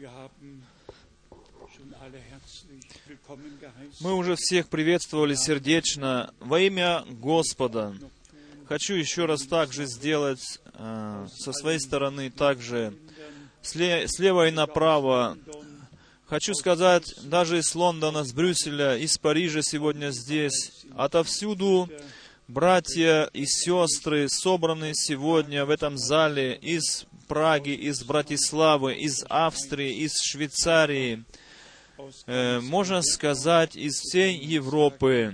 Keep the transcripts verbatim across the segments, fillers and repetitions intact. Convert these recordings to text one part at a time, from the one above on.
Мы уже всех приветствовали сердечно во имя Господа. Хочу еще раз также сделать э, со своей стороны также сле- слева и направо. Хочу сказать, даже из Лондона, с Брюсселя, из Парижа сегодня здесь, отовсюду братья и сестры собраны сегодня в этом зале из Праги, из Братиславы, из Австрии, из Швейцарии, э, можно сказать, из всей Европы.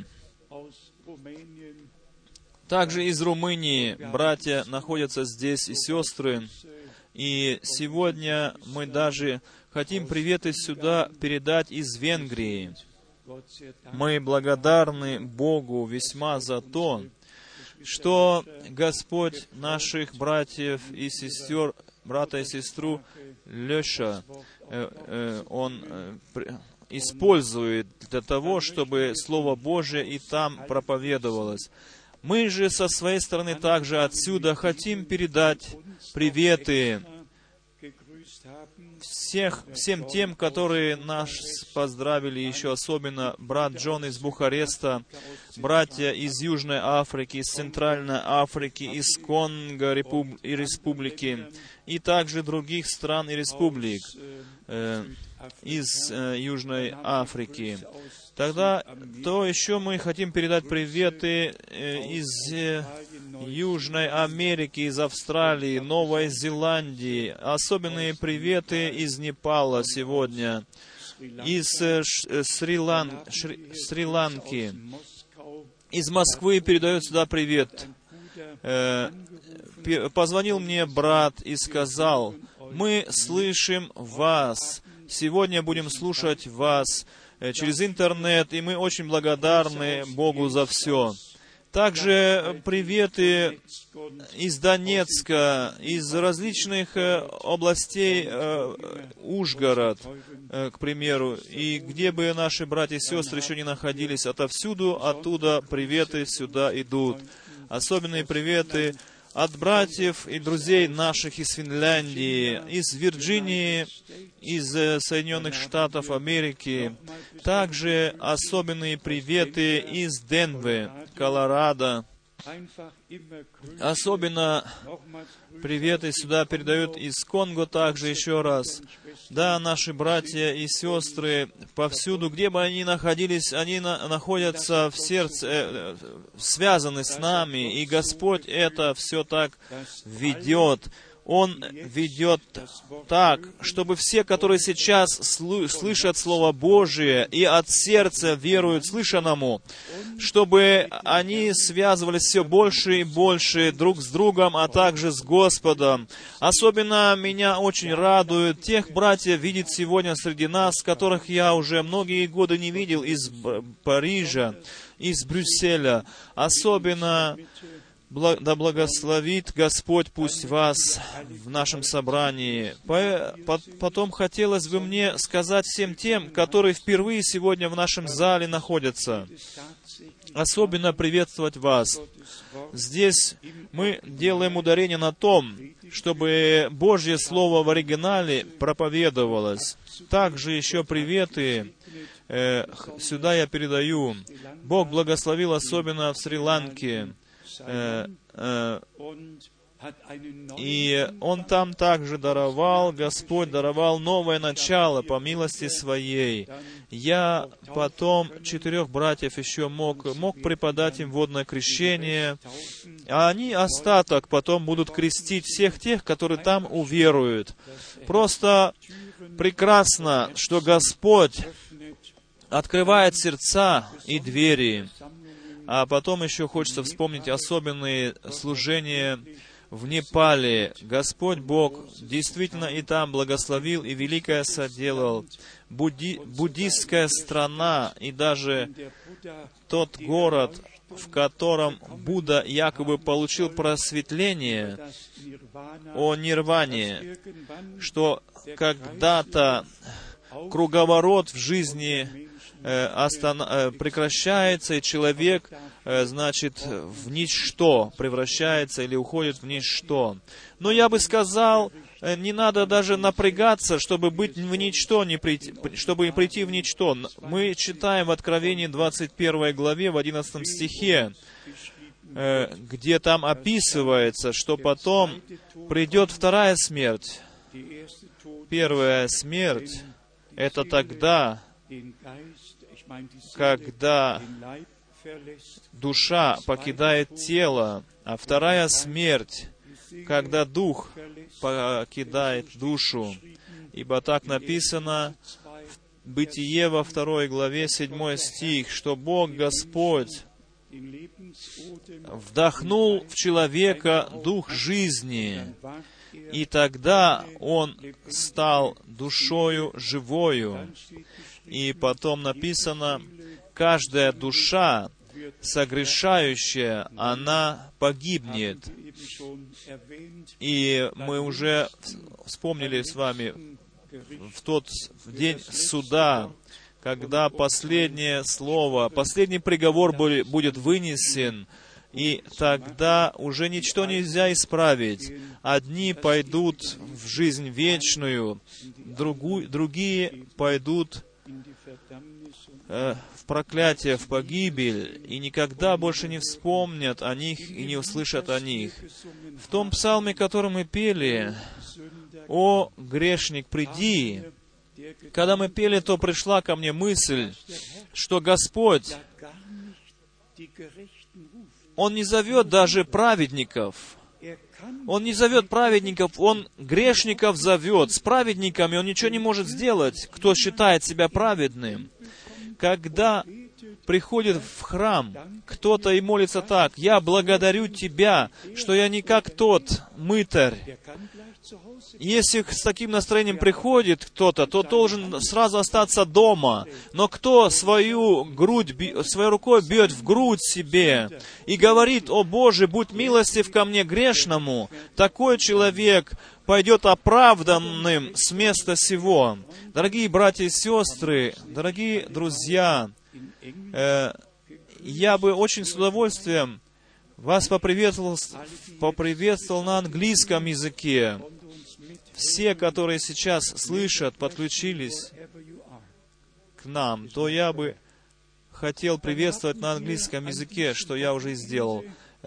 Также из Румынии братья находятся здесь и сестры. И сегодня мы даже хотим приветы сюда передать из Венгрии. Мы благодарны Богу весьма за то, что Господь наших братьев и сестер, брата и сестру Леша, э, э, Он э, использует для того, чтобы Слово Божие и там проповедовалось. Мы же со своей стороны также отсюда хотим передать приветы всех, всем тем, которые нас поздравили, еще особенно брат Джон из Бухареста, братья из Южной Африки, из Центральной Африки, из Конго Репуб... и Республики, и также других стран и республик э, из э, Южной Африки. Тогда, то еще мы хотим передать приветы э, из э, Южной Америки, из Австралии, Новой Зеландии. Особенные приветы из Непала сегодня, из э, Ш, Шри-Лан, Шри, Шри-Ланки. Из Москвы передает сюда привет. Э, позвонил мне брат и сказал: мы слышим вас, сегодня будем слушать вас через интернет, и мы очень благодарны Богу за все. Также приветы из Донецка, из различных областей, Ужгород, к примеру, и где бы наши братья и сестры еще не находились, отовсюду, оттуда приветы сюда идут. Особенные приветы от братьев и друзей наших из Финляндии, из Вирджинии, из Соединенных Штатов Америки. Также особенные приветы из Денвера, Колорадо. Особенно приветы сюда передают из Конго также еще раз. Да, наши братья и сестры повсюду, где бы они находились, они на, находятся в сердце, э, связаны с нами, и Господь это все так ведет. Он ведет так, чтобы все, которые сейчас слышат Слово Божие и от сердца веруют слышанному, чтобы они связывались все больше и больше друг с другом, а также с Господом. Особенно меня очень радует тех братьев видеть сегодня среди нас, которых я уже многие годы не видел, из Парижа, из Брюсселя. Особенно да благословит Господь пусть вас в нашем собрании. Потом хотелось бы мне сказать всем тем, которые впервые сегодня в нашем зале находятся, особенно приветствовать вас. Здесь мы делаем ударение на том, чтобы Божье Слово в оригинале проповедовалось. Также еще приветы э, сюда я передаю. Бог благословил особенно в Шри-Ланке. Э, э, и Он там также даровал, Господь даровал новое начало по милости Своей. Я потом четырех братьев еще мог, мог преподать им водное крещение, а они остаток потом будут крестить всех тех, которые там уверуют. Просто прекрасно, что Господь открывает сердца и двери. А потом еще хочется вспомнить особенные служения в Непале. Господь Бог действительно и там благословил и великое соделал. Будди, буддистская страна и даже тот город, в котором Будда якобы получил просветление о нирване, что когда-то круговорот в жизни прекращается, и человек, значит, в ничто превращается или уходит в ничто. Но я бы сказал, не надо даже напрягаться, чтобы быть в ничто, не прийти, чтобы прийти в ничто. Мы читаем в Откровении двадцать первой главе, в одиннадцатом стихе, где там описывается, что потом придет вторая смерть. Первая смерть — это тогда, когда душа покидает тело, а вторая смерть, когда дух покидает душу. Ибо так написано в Бытие во второй главе, седьмой стих, что Бог Господь вдохнул в человека дух жизни, и тогда он стал душою живою. И потом написано, каждая душа, согрешающая, она погибнет. И мы уже вспомнили с вами в тот день суда, когда последнее слово, последний приговор будет вынесен, и тогда уже ничто нельзя исправить. Одни пойдут в жизнь вечную, другу, другие пойдут э, в проклятие, в погибель, и никогда больше не вспомнят о них и не услышат о них. В том псалме, который мы пели, «О, грешник, приди», когда мы пели, то пришла ко мне мысль, что Господь, Он не зовет даже праведников. Он не зовет праведников, Он грешников зовет. С праведниками Он ничего не может сделать, кто считает себя праведным. Когда приходит в храм кто-то и молится так: «Я благодарю Тебя, что я не как тот мытарь». Если с таким настроением приходит кто-то, то должен сразу остаться дома. Но кто свою грудь, своей рукой бьет в грудь себе и говорит: «О Боже, будь милостив ко мне грешному», такой человек пойдет оправданным с места сего. Дорогие братья и сестры, дорогие друзья, э, я бы очень с удовольствием вас поприветствовал, поприветствовал на английском языке. Все, которые сейчас слышат, подключились к нам, то я бы хотел приветствовать на английском языке, что я уже и сделал.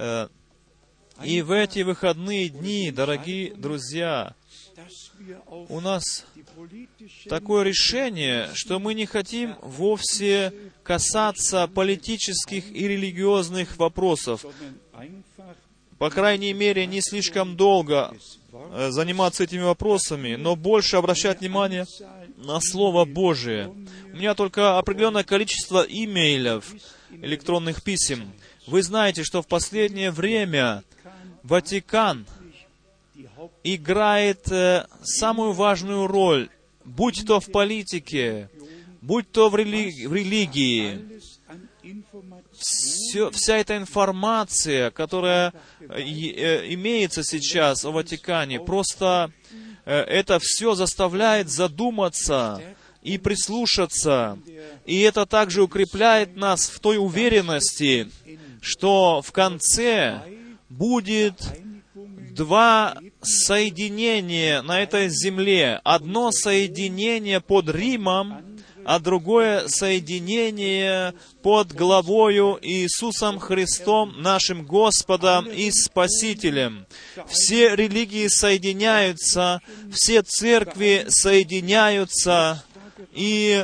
И в эти выходные дни, дорогие друзья, у нас такое решение, что мы не хотим вовсе касаться политических и религиозных вопросов. По крайней мере, не слишком долго заниматься этими вопросами, но больше обращать внимание на Слово Божие. У меня только определенное количество имейлов, электронных писем. Вы знаете, что в последнее время Ватикан играет э, самую важную роль, будь то в политике, будь то в, рели- в религии. Все, вся эта информация, которая э, э, имеется сейчас о Ватикане, просто э, это все заставляет задуматься и прислушаться. И это также укрепляет нас в той уверенности, что в конце будет два соединения на этой земле. Одно соединение под Римом, а другое соединение под главою Иисусом Христом, нашим Господом и Спасителем. Все религии соединяются, все церкви соединяются, и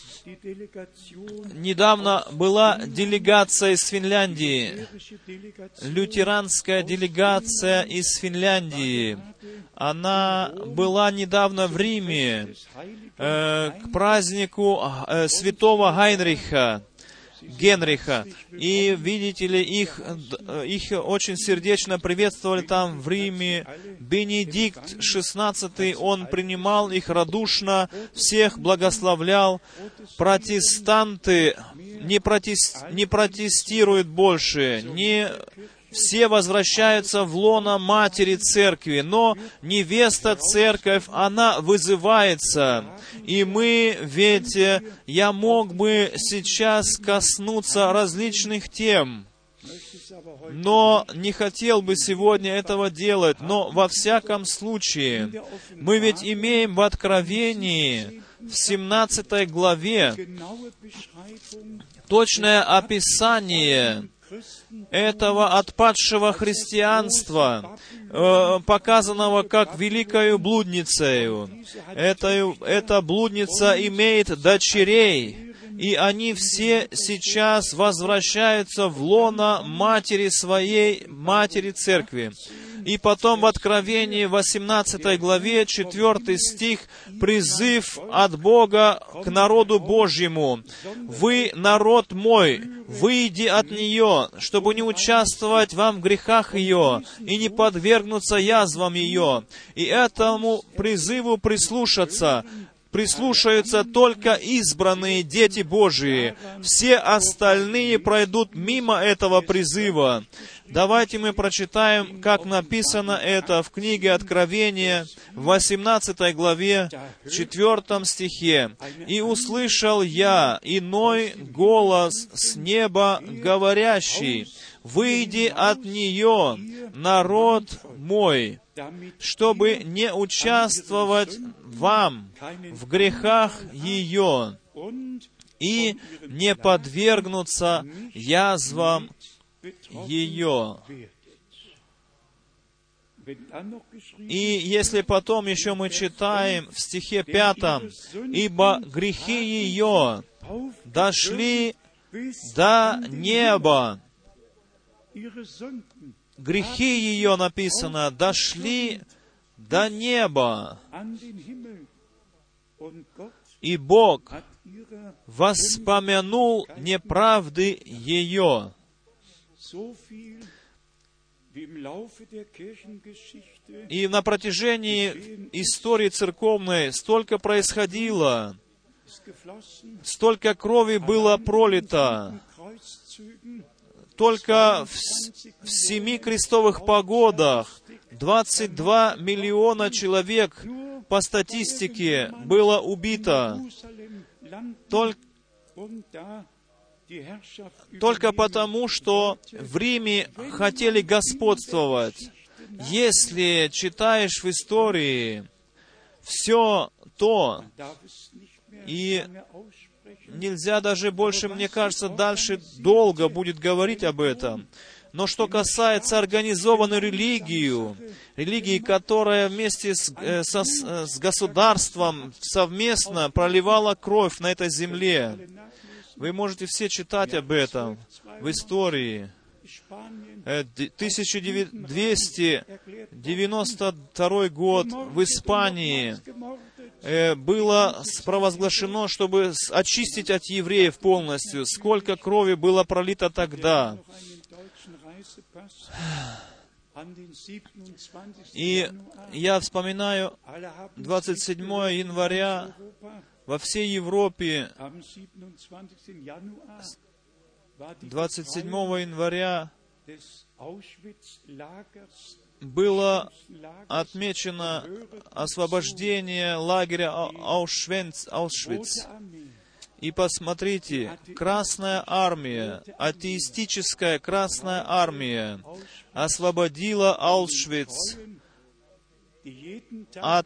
недавно была делегация из Финляндии, лютеранская делегация из Финляндии. Она была недавно в Риме э, к празднику э, святого Гайнриха, Генриха. И, видите ли, их, их очень сердечно приветствовали там в Риме. Бенедикт шестнадцатый, он принимал их радушно, всех благословлял. Протестанты не, протест, не протестируют больше, не... Все возвращаются в лоно Матери Церкви, но невеста Церковь, она вызывается. И мы, ведь я мог бы сейчас коснуться различных тем. но не хотел бы сегодня этого делать. Но во всяком случае, мы ведь имеем в Откровении, в семнадцатой главе, точное описание этого отпадшего христианства, э, показанного как великою блудницею. Это, эта блудница имеет дочерей, и они все сейчас возвращаются в лоно матери своей, матери церкви. И потом в Откровении, в восемнадцатой главе, четвёртый стих, призыв от Бога к народу Божьему. «Вы, народ мой, выйди от нее, чтобы не участвовать вам в грехах ее и не подвергнуться язвам ее». И этому призыву прислушаться прислушаются только избранные дети Божии. Все остальные пройдут мимо этого призыва. Давайте мы прочитаем, как написано это в книге Откровения, в восемнадцатой главе, четвёртом стихе. «И услышал я иной голос с неба, говорящий: выйди от нее, народ мой, чтобы не участвовать вам в грехах ее и не подвергнуться язвам ее». И если потом еще мы читаем в стихе пятом: «Ибо грехи ее дошли до неба». Грехи ее, написано, дошли до неба. И Бог воспомянул неправды ее. И на протяжении истории церковной столько происходило, столько крови было пролито. Только в, в семи крестовых погодах двадцать два миллиона человек по статистике было убито. Только, только потому, что в Риме хотели господствовать. Если читаешь в истории все то, и нельзя даже больше, мне кажется, дальше долго будет говорить об этом. Но что касается организованной религии, религии, которая вместе с, э, со, с государством совместно проливала кровь на этой земле, вы можете все читать об этом в истории. тысяча двести девяносто второй год в Испании было провозглашено, чтобы очистить от евреев полностью. Сколько крови было пролито тогда. И я вспоминаю двадцать седьмого января во всей Европе, двадцать седьмого января было отмечено освобождение лагеря Аушвиц. Аушвиц. И посмотрите, Красная Армия, атеистическая Красная Армия, освободила Аушвиц от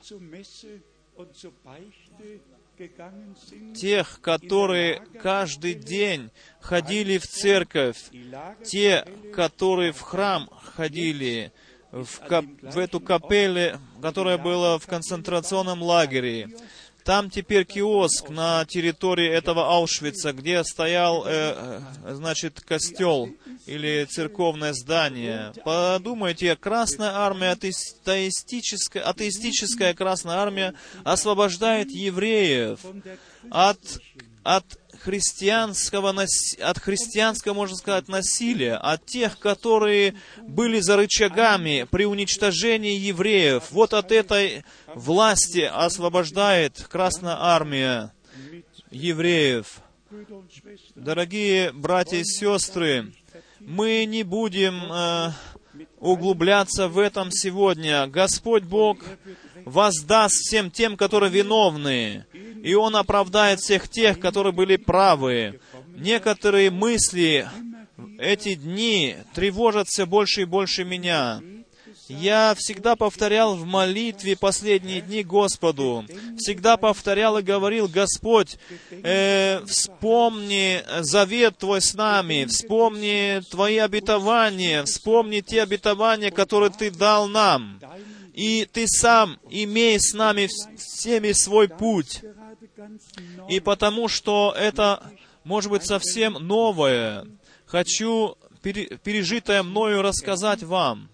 тех, которые каждый день ходили в церковь, те, которые в храм ходили, в, кап, в эту капеллу, которая была в концентрационном лагере. Там теперь киоск на территории этого Аушвица, где стоял, э, значит, костел или церковное здание. Подумайте, Красная Армия, атеистическая, атеистическая Красная Армия освобождает евреев от, от христианского, от христианского, можно сказать, насилия, от тех, которые были за рычагами при уничтожении евреев. Вот от этой власти освобождает Красная Армия евреев. Дорогие братья и сестры, мы не будем э, углубляться в этом сегодня. Господь Бог воздаст всем тем, которые виновны, и Он оправдает всех тех, которые были правы. Некоторые мысли эти дни тревожат все больше и больше меня. Я всегда повторял в молитве последние дни Господу. Всегда повторял и говорил: Господь, э, вспомни завет Твой с нами, вспомни Твои обетования, вспомни те обетования, которые Ты дал нам. И Ты сам имей с нами всеми свой путь. И потому что это, может быть, совсем новое, хочу пережитое мною рассказать вам.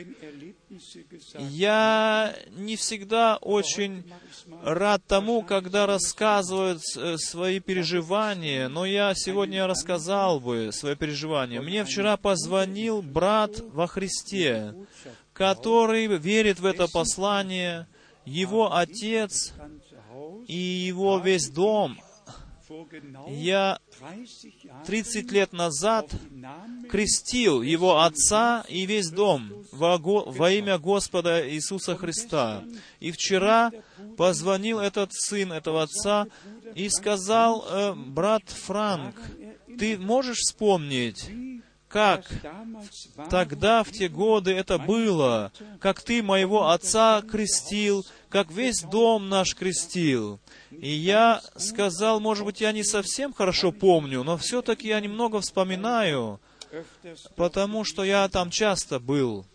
Я не всегда очень рад тому, когда рассказывают свои переживания, но я сегодня рассказал бы свои переживания. Мне вчера позвонил брат во Христе, который верит в это послание. Его отец и его весь дом. Я тридцать лет назад крестил его отца и весь дом во, во имя Господа Иисуса Христа. И вчера позвонил этот сын этого отца и сказал: э, брат Франк, ты можешь вспомнить, как тогда, в те годы, это было, как ты моего отца крестил, как весь дом наш крестил. И я сказал: может быть, я не совсем хорошо помню, но все-таки я немного вспоминаю, потому что я там часто был.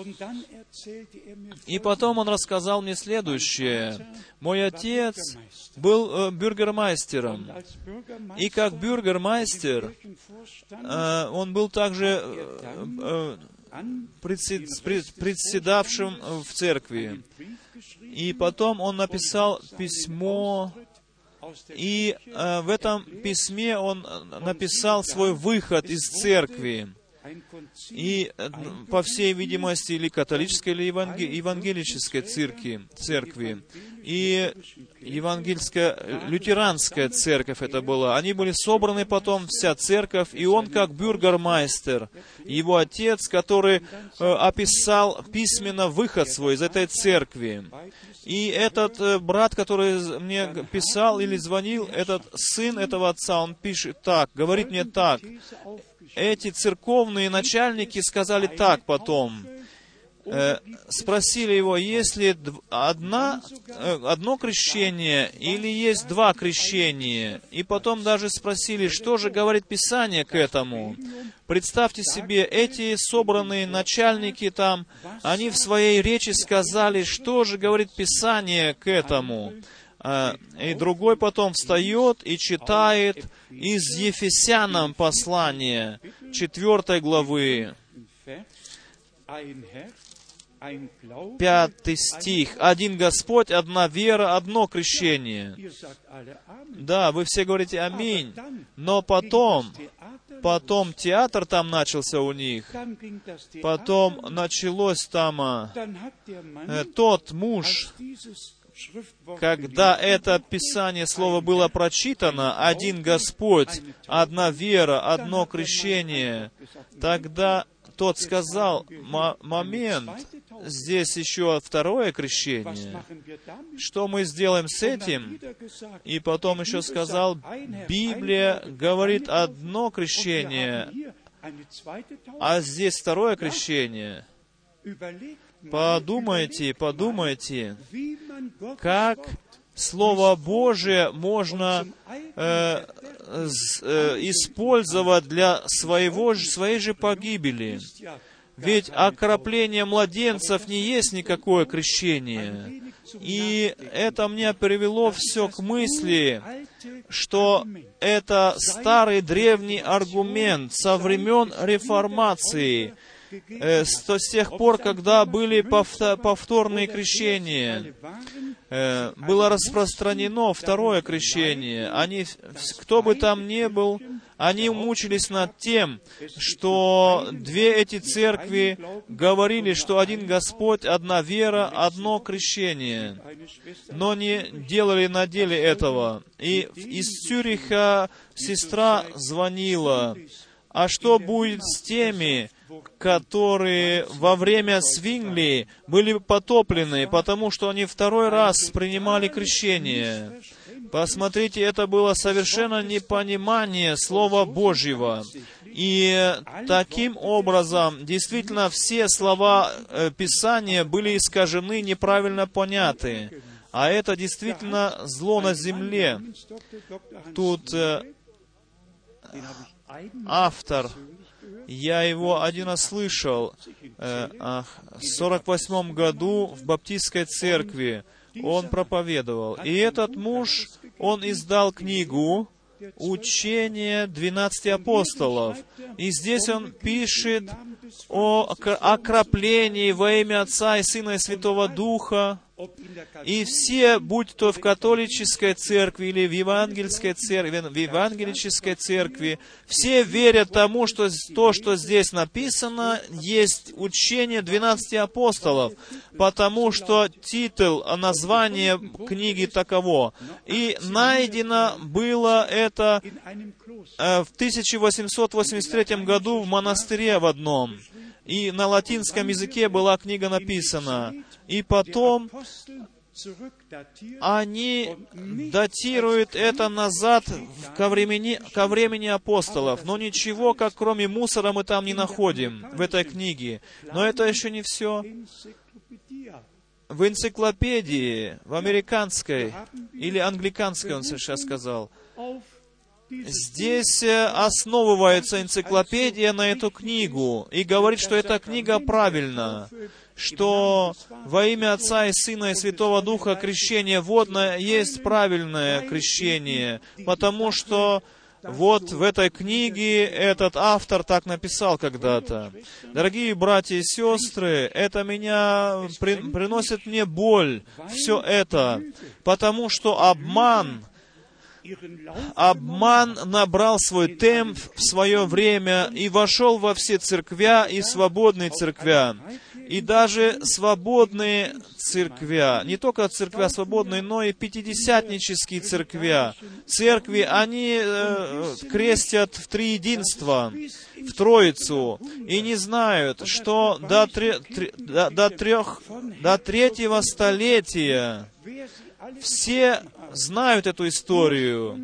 И потом он рассказал мне следующее. Мой отец был э, бюргермайстером. И как бюргермайстер, э, он был также э, э, председ, пред, председавшим в церкви. И потом он написал письмо, и э, в этом письме он написал свой выход из церкви. И, по всей видимости, или католической, или евангелической церкви, церкви. И евангельская, лютеранская церковь это была. Они были собраны потом, вся церковь, и он как бюргермайстер, его отец, который э, описал письменно выход свой из этой церкви. И этот э, брат, который мне писал или звонил, этот сын этого отца, он пишет так, говорит мне так: эти церковные начальники сказали так потом, э, спросили его, есть ли одна, э, одно крещение или есть два крещения. И потом даже спросили, что же говорит Писание к этому. Представьте себе, эти собранные начальники там, они в своей речи сказали, что же говорит Писание к этому. И другой потом встает и читает из Ефесянам послание, четвертой главы, пятый стих. «Один Господь, одна вера, одно крещение». Да, вы все говорите «Аминь». Но потом, потом театр там начался у них. Потом началось там э, тот муж, когда это Писание, Слово было прочитано, «Один Господь, одна вера, одно крещение», тогда тот сказал: момент, здесь еще второе крещение. Что мы сделаем с этим? И потом еще сказал, Библия говорит одно крещение, а здесь второе крещение. Подумайте, подумайте, как Слово Божие можно э, э, использовать для своего, своей же погибели. Ведь окропление младенцев не есть никакое крещение. И это мне привело все к мысли, что это старый древний аргумент со времен Реформации, с тех пор, когда были повторные крещения, было распространено второе крещение. Они, кто бы там ни был, они мучились над тем, что две эти церкви говорили, что один Господь, одна вера, одно крещение, но не делали на деле этого. И из Цюриха сестра звонила: а что будет с теми, которые во время Свингли были потоплены, потому что они второй раз принимали крещение? Посмотрите, это было совершенно непонимание Слова Божьего. И таким образом, действительно, все слова Писания были искажены, неправильно поняты. А это действительно зло на земле. Тут э, автор, я его один раз слышал, э, э, в сорок восьмом году в Баптистской церкви он проповедовал. И этот муж, он издал книгу «Учение двенадцати апостолов». И здесь он пишет о окроплении во имя Отца и Сына и Святого Духа. И все, будь то в католической церкви или в евангельской церкви, в евангелической церкви, все верят тому, что то, что здесь написано, есть учение двенадцати апостолов, потому что титул, название книги таково. И найдено было это в тысяча восемьсот восемьдесят третьем году в монастыре в одном. И на латинском языке была книга написана. И потом они датируют это назад ко времени, ко времени апостолов. Но ничего, как кроме мусора, мы там не находим в этой книге. Но это еще не все. В энциклопедии, в американской или англиканской, он сейчас сказал, здесь основывается энциклопедия на эту книгу и говорит, что эта книга правильна, что во имя Отца и Сына и Святого Духа крещение водное есть правильное крещение, потому что вот в этой книге этот автор так написал когда-то. Дорогие братья и сестры, это меня при, приносит мне боль, все это, потому что обман, Обман набрал свой темп в свое время и вошел во все церквя и свободные церквя. И даже свободные церквя, не только церквя свободные, но и пятидесятнические церквя. Церкви, они э, крестят в триединство, в Троицу, и не знают, что до, три, три, до, до, трех, до третьего столетия все знают эту историю.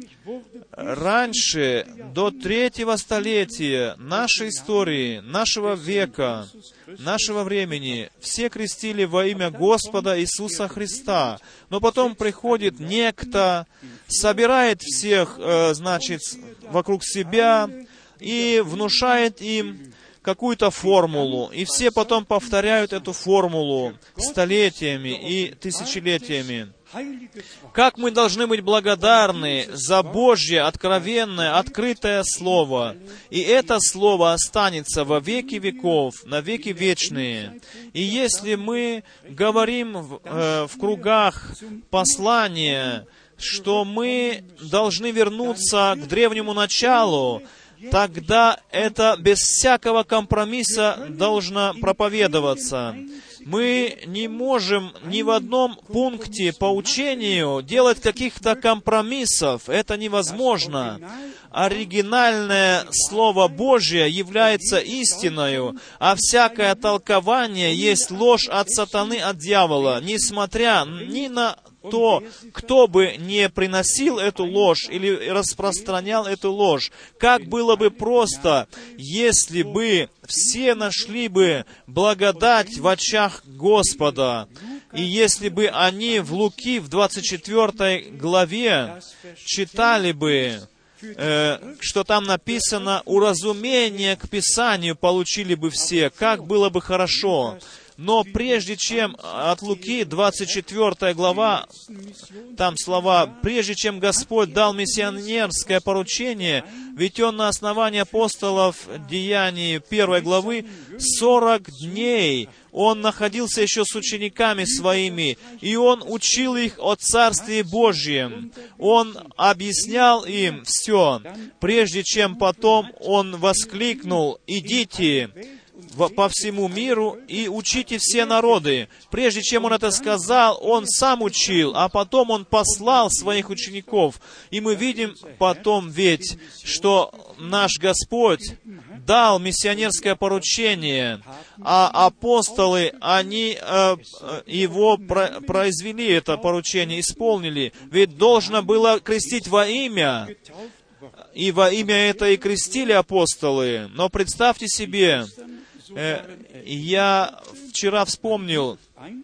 Раньше, до третьего столетия нашей истории, нашего века, нашего времени, все крестили во имя Господа Иисуса Христа. Но потом приходит некто, собирает всех, э, значит, вокруг себя и внушает им какую-то формулу. И все потом повторяют эту формулу столетиями и тысячелетиями. Как мы должны быть благодарны за Божье откровенное, открытое Слово. И это Слово останется во веки веков, на веки вечные. И если мы говорим в, э, в кругах послания, что мы должны вернуться к древнему началу, тогда это без всякого компромисса должно проповедоваться. Мы не можем ни в одном пункте по учению делать каких-то компромиссов. Это невозможно. Оригинальное Слово Божье является истиною, а всякое толкование есть ложь от сатаны, от дьявола, несмотря ни на то, кто бы не приносил эту ложь или распространял эту ложь. Как было бы просто, если бы все нашли бы благодать в очах Господа, и если бы они в Луки, в двадцать четвёртой главе, читали бы, э, что там написано, уразумение к Писанию получили бы все, как было бы хорошо. Но прежде чем, от Луки, двадцать четвёртая глава, там слова, прежде чем Господь дал миссионерское поручение, ведь Он на основании апостолов Деяний первой главы сорок дней Он находился еще с учениками Своими, и Он учил их о Царстве Божьем. Он объяснял им все, прежде чем потом Он воскликнул: «Идите по всему миру и учите все народы». Прежде чем Он это сказал, Он сам учил, а потом Он послал Своих учеников. И мы видим потом ведь, что наш Господь дал миссионерское поручение, а апостолы, они э, его про, произвели, это поручение, исполнили. Ведь должно было крестить во имя. и во имя это и крестили апостолы. Но представьте себе, э, я вчера вспомнил,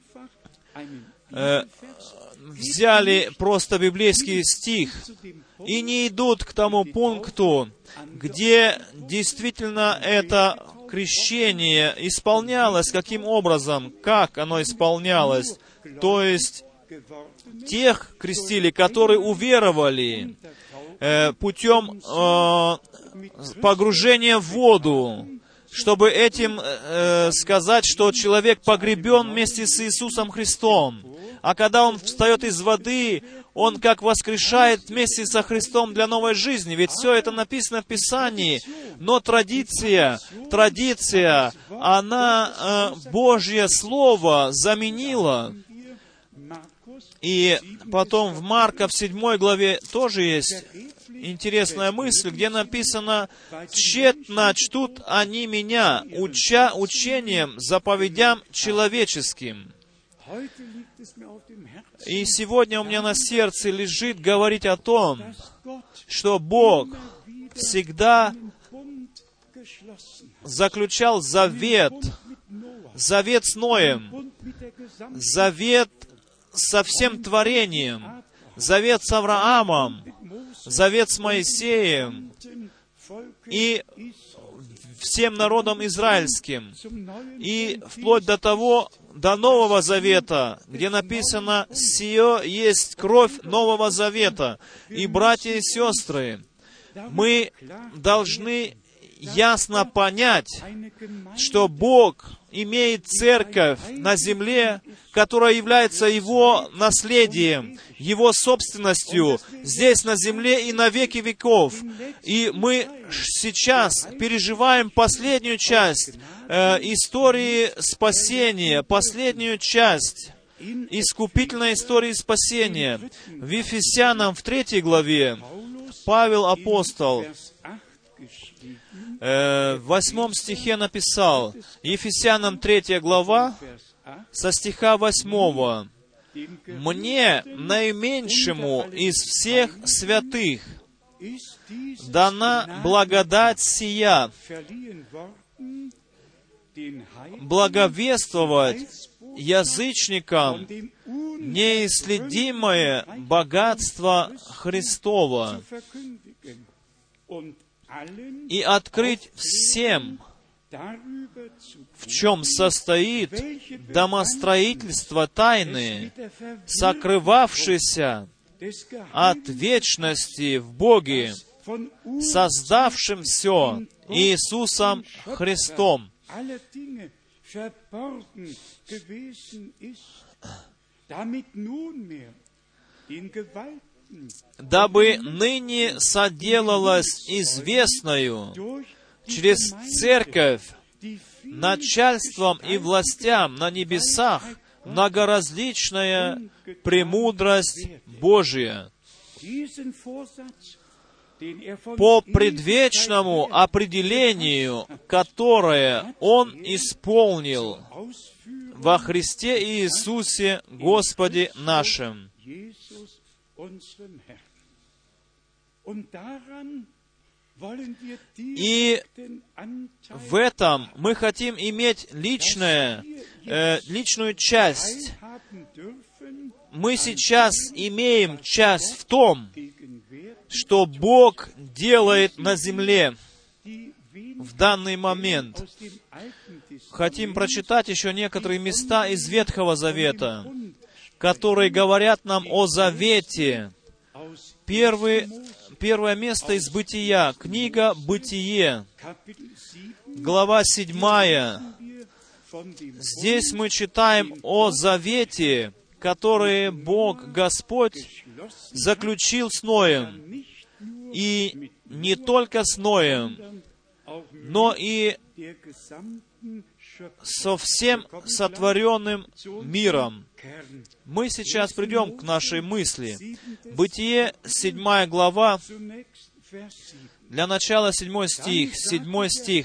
э, взяли просто библейский стих и не идут к тому пункту, где действительно это крещение исполнялось, каким образом, как оно исполнялось. То есть, тех крестили, которые уверовали э, путем э, погружения в воду, чтобы этим э, сказать, что человек погребен вместе с Иисусом Христом. А когда он встает из воды, он как воскрешает вместе со Христом для новой жизни. Ведь все это написано в Писании. Но традиция, традиция, она э, Божье Слово заменила. И потом в Марка в седьмой главе тоже есть интересная мысль, где написано: «Тщетно чтут они меня, уча учением, заповедям человеческим». И сегодня у меня на сердце лежит говорить о том, что Бог всегда заключал завет, завет с Ноем, завет со всем творением, завет с Авраамом, завет с Моисеем и всем народом израильским. И вплоть до того, до Нового Завета, где написано: «Сие есть кровь Нового Завета». И, братья и сестры, мы должны ясно понять, что Бог имеет церковь на земле, которая является Его наследием, Его собственностью здесь на земле и на веки веков. И мы сейчас переживаем последнюю часть э, истории спасения, последнюю часть искупительной истории спасения. В Ефесянам в третьей главе Павел апостол в восьмом стихе написал, Ефесянам третья глава, со стиха восьмого: «Мне, наименьшему из всех святых, дана благодать сия, благовествовать язычникам неисследимое богатство Христова и открыть всем, в чем состоит домостроительство тайны, сокрывавшееся от вечности в Боге, создавшим все Иисусом Христом». «Дабы ныне соделалось известною через церковь начальством и властям на небесах многоразличная премудрость Божия, по предвечному определению, которое Он исполнил во Христе Иисусе Господе нашим». И в этом мы хотим иметь личное, э, личную часть. Мы сейчас имеем часть в том, что Бог делает на земле в данный момент. Хотим прочитать еще некоторые места из Ветхого Завета, которые говорят нам о завете. Первый, первое место из Бытия, книга Бытие, глава седьмая. Здесь мы читаем о завете, который Бог, Господь, заключил с Ноем. И не только с Ноем, но и со всем сотворенным миром. Мы сейчас придем к нашей мысли. Бытие, седьмая глава, для начала седьмой стих. Седьмой стих.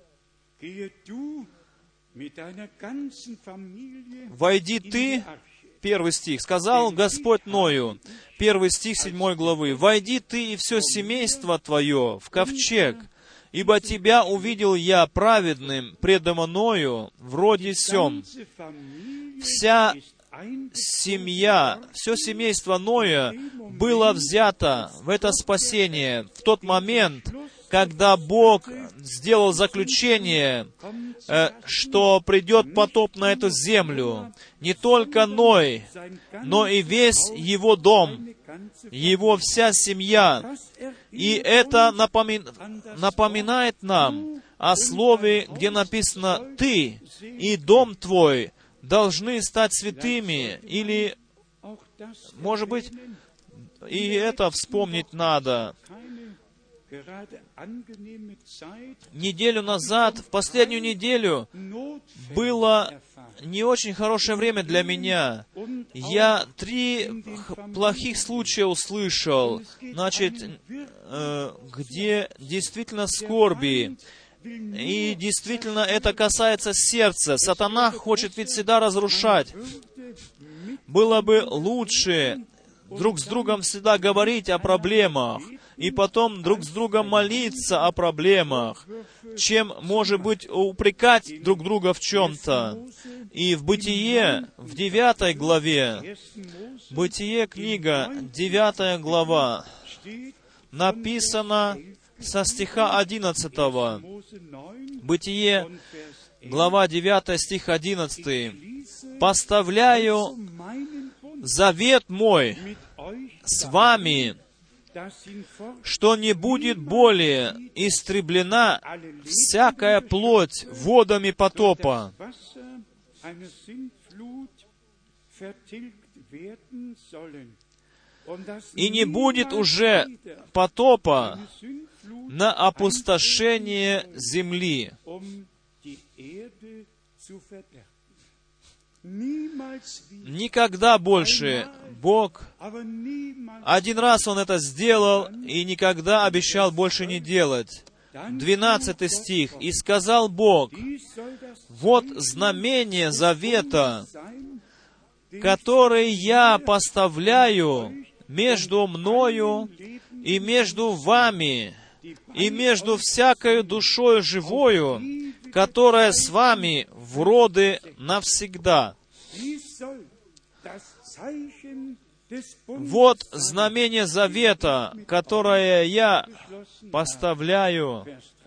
«Войди ты первый стих. «Сказал Господь Ною», первый стих седьмой главы, «Войди ты и все семейство твое в ковчег, ибо тебя увидел я праведным предо мною в роде сем». Вся семья, все семейство Ноя было взято в это спасение в тот момент, когда Бог сделал заключение, что придет потоп на эту землю. Не только Ной, но и весь его дом, его вся семья. И это напоми... напоминает нам о слове, где написано «Ты и дом твой должны стать святыми», или, может быть, и это вспомнить надо. Неделю назад, в последнюю неделю, было не очень хорошее время для меня. Я три плохих случая услышал, значит, э, где действительно скорби. И действительно это касается сердца. Сатана хочет ведь всегда разрушать. Было бы лучше друг с другом всегда говорить о проблемах, и потом друг с другом молиться о проблемах, чем, может быть, упрекать друг друга в чем-то. И в Бытие, в девятой главе, Бытие книга, девятая глава, написано со стиха одиннадцатого. Бытие, глава девятая, стих одиннадцатый. «Поставляю завет мой с вами, что не будет более истреблена всякая плоть водами потопа». И не будет уже потопа на опустошение земли. Никогда больше Бог, один раз Он это сделал, и никогда обещал больше не делать. Двенадцатый стих. «И сказал Бог, вот знамение завета, который я поставляю между мною и между вами, и между всякою душою живою, которая с вами в роды навсегда». Вот знамение завета, которое я поставляю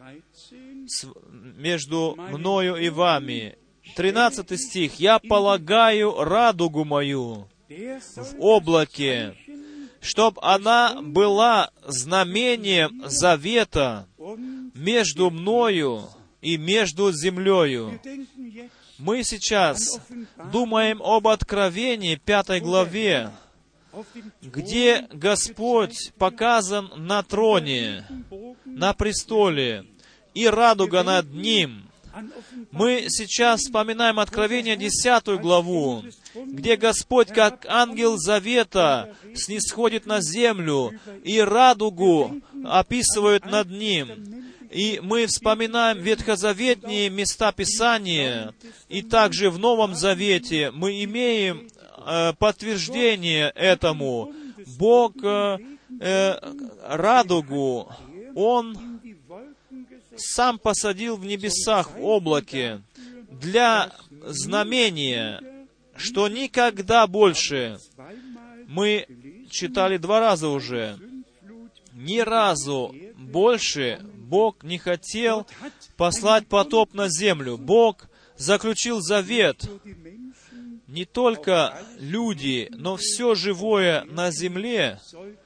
между мною и вами. Тринадцатый стих. «Я полагаю радугу мою в облаке, чтоб она была знамением завета между мною и между землею». Мы сейчас думаем об Откровении, пятой главе, где Господь показан на троне, на престоле, и радуга над Ним. Мы сейчас вспоминаем Откровение, десятую главу, где Господь, как ангел завета, снисходит на землю, и радугу описывают над Ним. И мы вспоминаем ветхозаветные места Писания, и также в Новом Завете мы имеем э, подтверждение этому. Бог э, э, радугу, Он сам посадил в небесах в облаке для знамения, что никогда больше, мы читали два раза уже, ни разу больше Бог не хотел послать потоп на землю. Бог заключил завет. Не только люди, но все живое на земле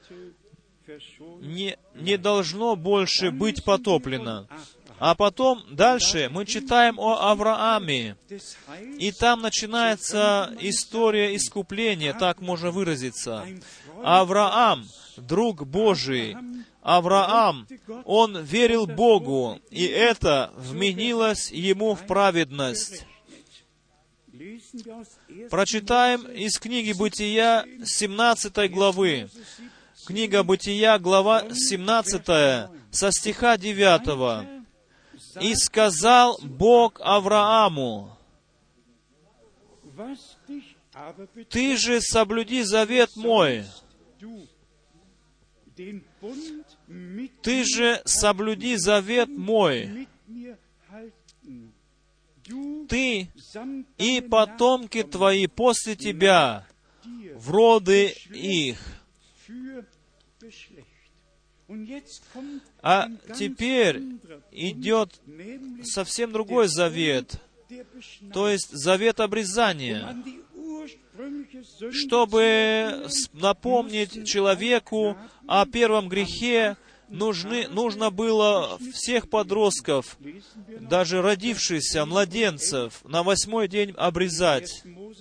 не, не должно больше быть потоплено. А потом дальше мы читаем о Аврааме. И там начинается история искупления, так можно выразиться. Авраам, друг Божий, Авраам, он верил Богу, и это вменилось ему в праведность. Прочитаем из книги Бытия семнадцатой главы. Книга Бытия, глава семнадцатая, со стиха девятого. «И сказал Бог Аврааму: Ты же соблюди завет мой. Ты же соблюди завет мой. Ты и потомки твои после тебя, в роды их. А теперь идет совсем другой завет, то есть завет обрезания, чтобы напомнить человеку о первом грехе. Нужны, нужно было всех подростков, даже родившихся, младенцев, на восьмой день обрезать.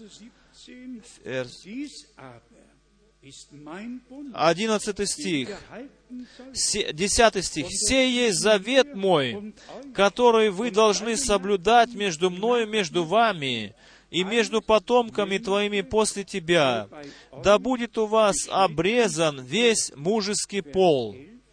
Одиннадцатый стих, десятый стих. «Сей есть завет мой, который вы должны соблюдать между мною, между вами, и между потомками твоими после тебя. Да будет у вас обрезан весь мужеский пол».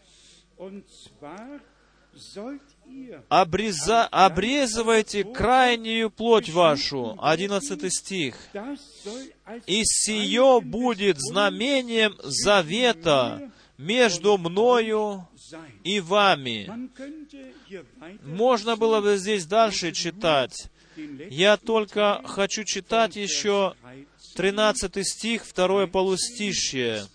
Обреза, обрезывайте крайнюю плоть вашу. Одиннадцатый стих. «И сие будет знамением завета между мною и вами». Можно было бы здесь дальше читать. Я только хочу читать еще тринадцатый стих, второе полустишье.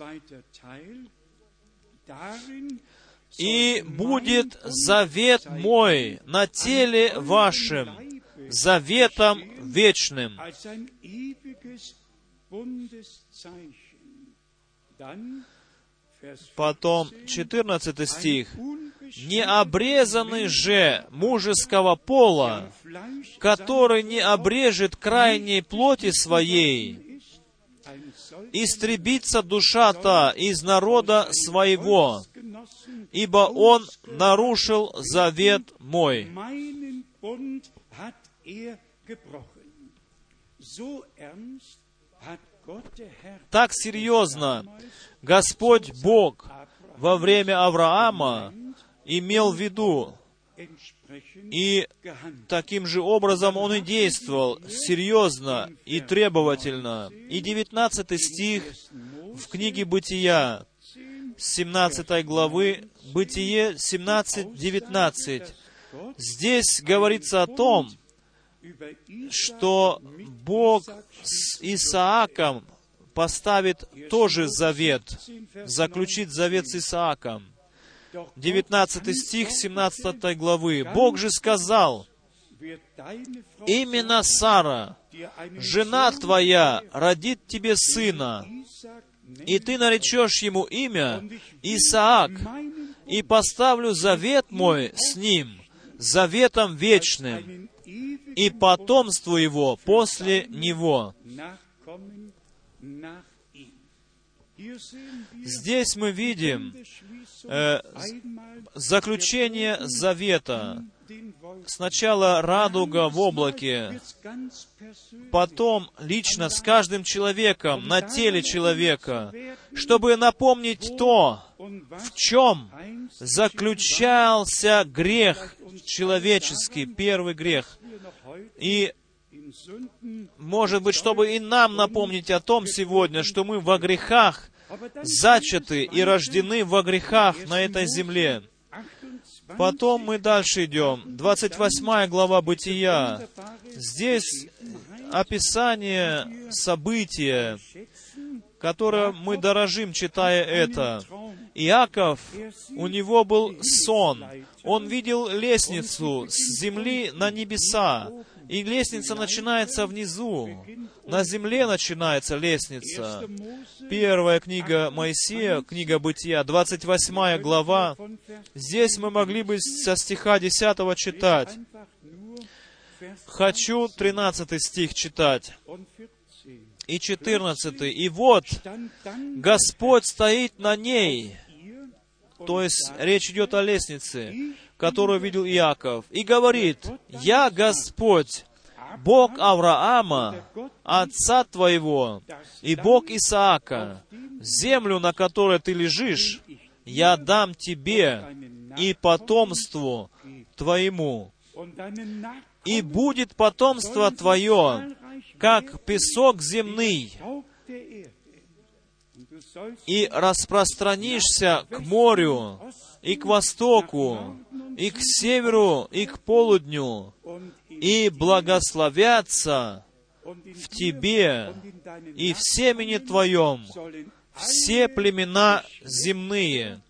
«И будет завет мой на теле вашем, заветом вечным». Потом четырнадцатый стих. «Не обрезанный же мужеского пола, который не обрежет крайней плоти своей, истребится душа-то из народа своего, ибо он нарушил завет мой». Так серьезно Господь Бог во время Авраама имел в виду, и таким же образом Он и действовал, серьезно и требовательно. И девятнадцатый стих в книге Бытия, семнадцатой главы, Бытие семнадцать девятнадцать. Здесь говорится о том, что Бог с Исааком поставит тоже завет, заключит завет с Исааком. девятнадцатый стих семнадцатой главы. «Бог же сказал: именно Сара, жена твоя, родит тебе сына, и ты наречешь ему имя Исаак, и поставлю завет мой с ним, заветом вечным, и потомству его после него». Здесь мы видим э, заключение завета. Сначала радуга в облаке, потом лично с каждым человеком, на теле человека, чтобы напомнить то, в чем заключался грех человеческий, первый грех. И, может быть, чтобы и нам напомнить о том сегодня, что мы во грехах зачаты и рождены во грехах на этой земле. Потом мы дальше идем. двадцать восьмая глава Бытия. Здесь описание события, которое мы дорожим, читая это. Иаков, у него был сон. Он видел лестницу с земли на небеса. И лестница начинается внизу. На земле начинается лестница. Первая книга Моисея, книга Бытия, двадцать восьмая глава. Здесь мы могли бы со стиха десятого читать. Хочу тринадцатый стих читать. И четырнадцатый. «И вот, Господь стоит на ней». То есть, речь идет о лестнице, которую видел Иаков. «И говорит: Я Господь, Бог Авраама, отца твоего, и Бог Исаака. Землю, на которой ты лежишь, я дам тебе и потомству твоему. И будет потомство твое как песок земный, и распространишься к морю, и к востоку, и к северу, и к полудню, и благословятся в тебе и в семени твоем все племена земные».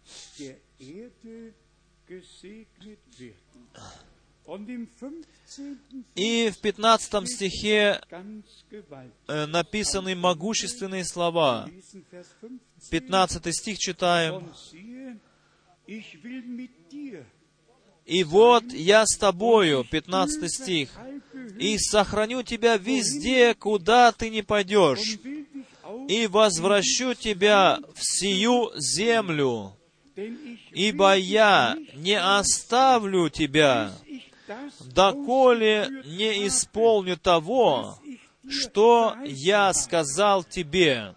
И в пятнадцатом стихе э, написаны могущественные слова. пятнадцатый стих читаем. «И вот я с тобою», пятнадцатый стих, «и сохраню тебя везде, куда ты не пойдешь, и возвращу тебя в сию землю, ибо я не оставлю тебя, доколе не исполню того, что я сказал тебе».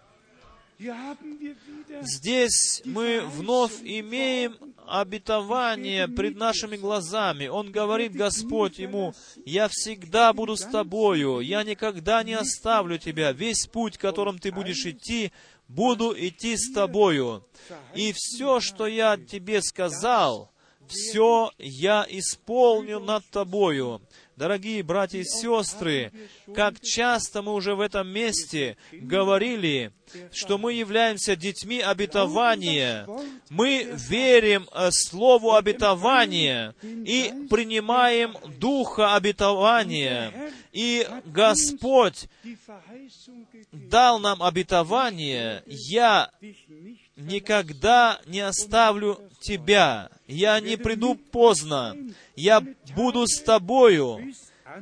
Здесь мы вновь имеем обетование пред нашими глазами. Он говорит, Господь ему: «Я всегда буду с тобою, я никогда не оставлю тебя. Весь путь, которым ты будешь идти, буду идти с тобою. И все, что я тебе сказал, все я исполню над тобою». Дорогие братья и сестры, как часто мы уже в этом месте говорили, что мы являемся детьми обетования. Мы верим Слову обетования и принимаем Духа обетования. И Господь дал нам обетование: «Я никогда не оставлю тебя, я не приду поздно, я буду с тобою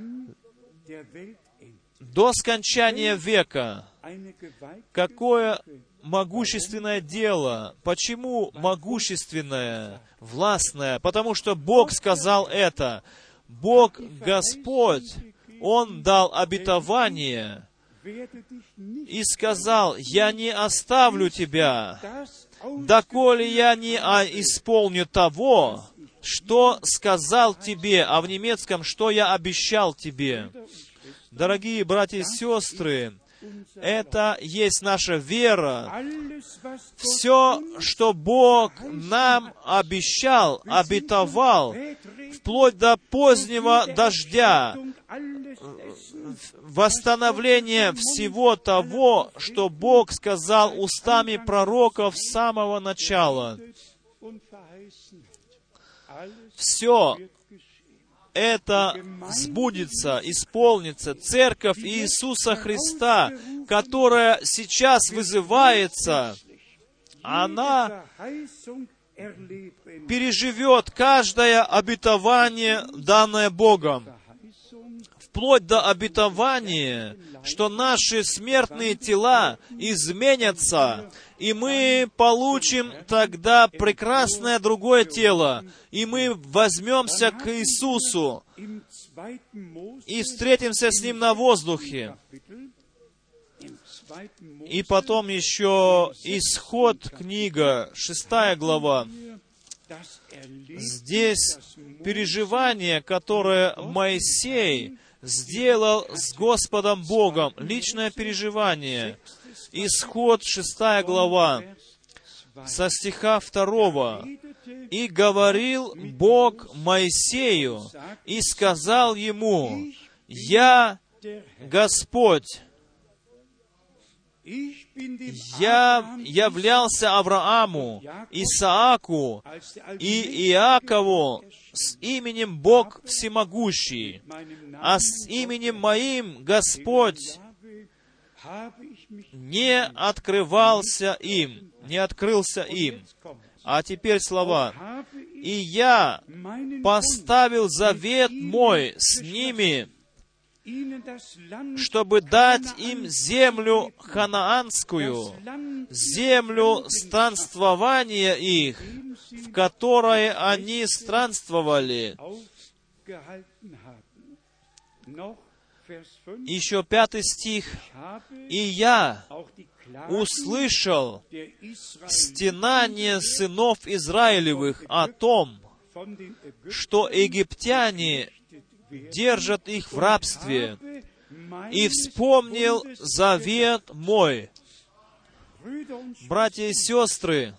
до скончания века». Какое могущественное дело! Почему могущественное, властное? Потому что Бог сказал это. Бог Господь, Он дал обетование и сказал: «Я не оставлю тебя, доколе я не исполню того, что сказал тебе», а в немецком «что я обещал тебе». Дорогие братья и сестры, это есть наша вера. Все, что Бог нам обещал, обетовал, вплоть до позднего дождя, восстановление всего того, что Бог сказал устами пророков с самого начала. Все это сбудется, исполнится. Церковь Иисуса Христа, которая сейчас вызывается, она переживет каждое обетование, данное Богом, вплоть до обетования, что наши смертные тела изменятся, и мы получим тогда прекрасное другое тело, и мы возьмемся к Иисусу и встретимся с Ним на воздухе. И потом еще Исход, книга, шестая глава. Здесь переживание, которое Моисей сделал с Господом Богом, личное переживание. Исход, шестая глава, со стиха второго. «И говорил Бог Моисею, и сказал ему: Я Господь, я являлся Аврааму, Исааку и Иакову с именем Бог Всемогущий, а с именем моим Господь не открывался им, не открылся им». А теперь слова. «И я поставил завет мой с ними, чтобы дать им землю ханаанскую, землю странствования их, в которой они странствовали». Еще пятый стих. «И я услышал стенание сынов Израилевых о том, что египтяне держат их в рабстве, и вспомнил завет мой». Братья и сестры,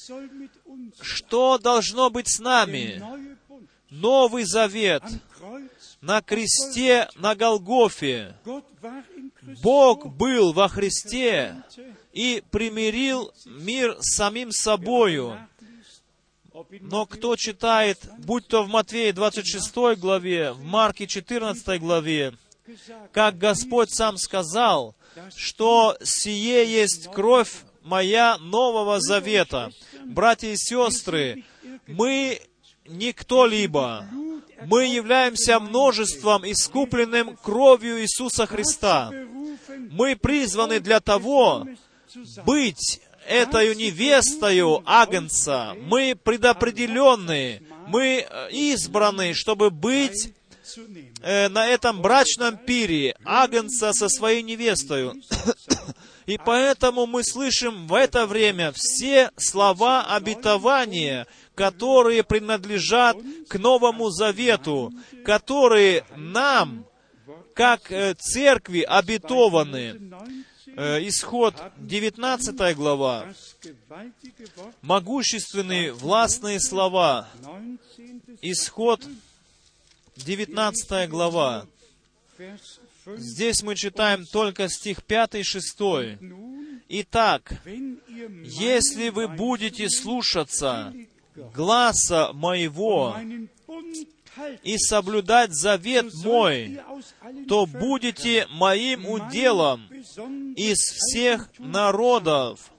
что должно быть с нами? Новый завет на кресте на Голгофе. Бог был во Христе и примирил мир с самим собою. Но кто читает, будь то в Матфея двадцать шестой главе, в Марке четырнадцатой главе, как Господь сам сказал, что «сие есть кровь моя нового завета». Братья и сестры, мы не кто-либо. Мы являемся множеством, искупленным кровью Иисуса Христа. Мы призваны для того, быть этой невестою Агнца. Мы предопределенные, мы избраны, чтобы быть э, на этом брачном пире Агнца со своей невестою. И поэтому мы слышим в это время все слова обетования, которые принадлежат к Новому Завету, которые нам, как э, церкви, обетованы. Э, Исход девятнадцатая глава. Могущественные, властные слова. Исход девятнадцатая глава. Здесь мы читаем только стих пятый и шестой. «Итак, если вы будете слушаться гласа моего и соблюдать завет мой, то будете моим уделом из всех народов,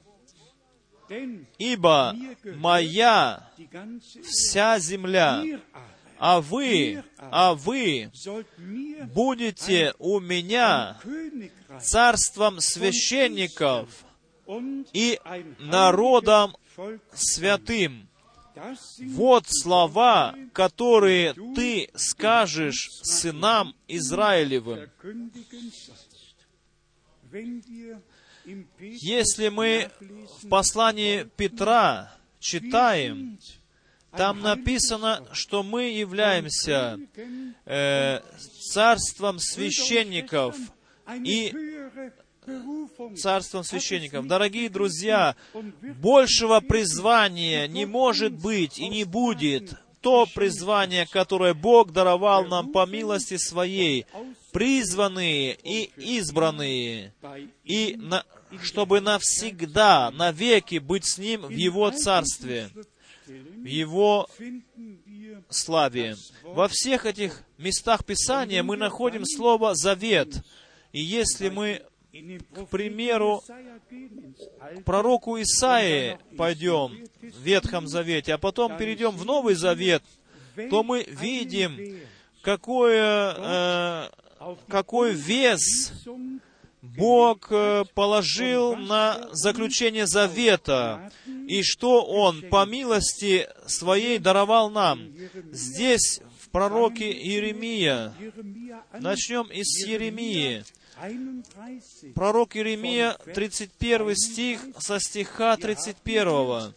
ибо моя вся земля, а вы, а вы будете у меня царством священников и народом святым». Вот слова, которые ты скажешь сынам Израилевым. Если мы в послании Петра читаем, там написано, что мы являемся э, царством священников и царством священников. Дорогие друзья, большего призвания не может быть и не будет. То призвание, которое Бог даровал нам по милости Своей, призванные и избранные, и на, чтобы навсегда, навеки быть с Ним в Его Царстве, в Его славе. Во всех этих местах Писания мы находим слово «завет». И если мы, к примеру, к пророку Исаии пойдем в Ветхом Завете, а потом перейдем в Новый Завет, то мы видим, какое, э, какой вес Бог положил на заключение завета, и что Он по милости Своей даровал нам. Здесь, в пророке Иеремия, начнем из Иеремии. Пророк Иеремия, тридцать первый стих, со стиха тридцать первого.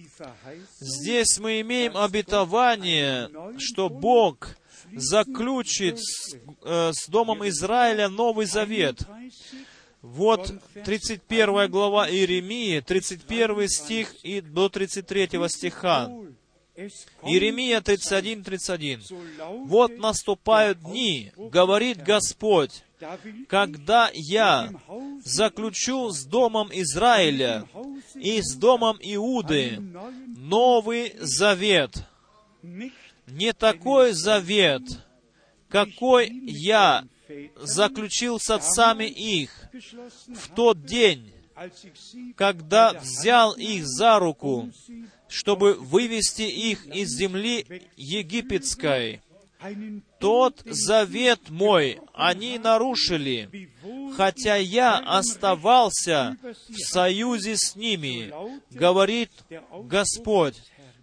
Здесь мы имеем обетование, что Бог заключит с, э, с Домом Израиля Новый Завет. Вот тридцать первая глава Иеремии, тридцать первый стих и до тридцать третьего стиха. Иеремия тридцать один тридцать один. «Вот наступают дни, говорит Господь, когда я заключу с Домом Израиля и с Домом Иуды новый завет. Не такой завет, какой я заключил с отцами их в тот день, когда взял их за руку, чтобы вывести их из земли египетской. Тот завет мой они нарушили, хотя я оставался в союзе с ними, говорит Господь».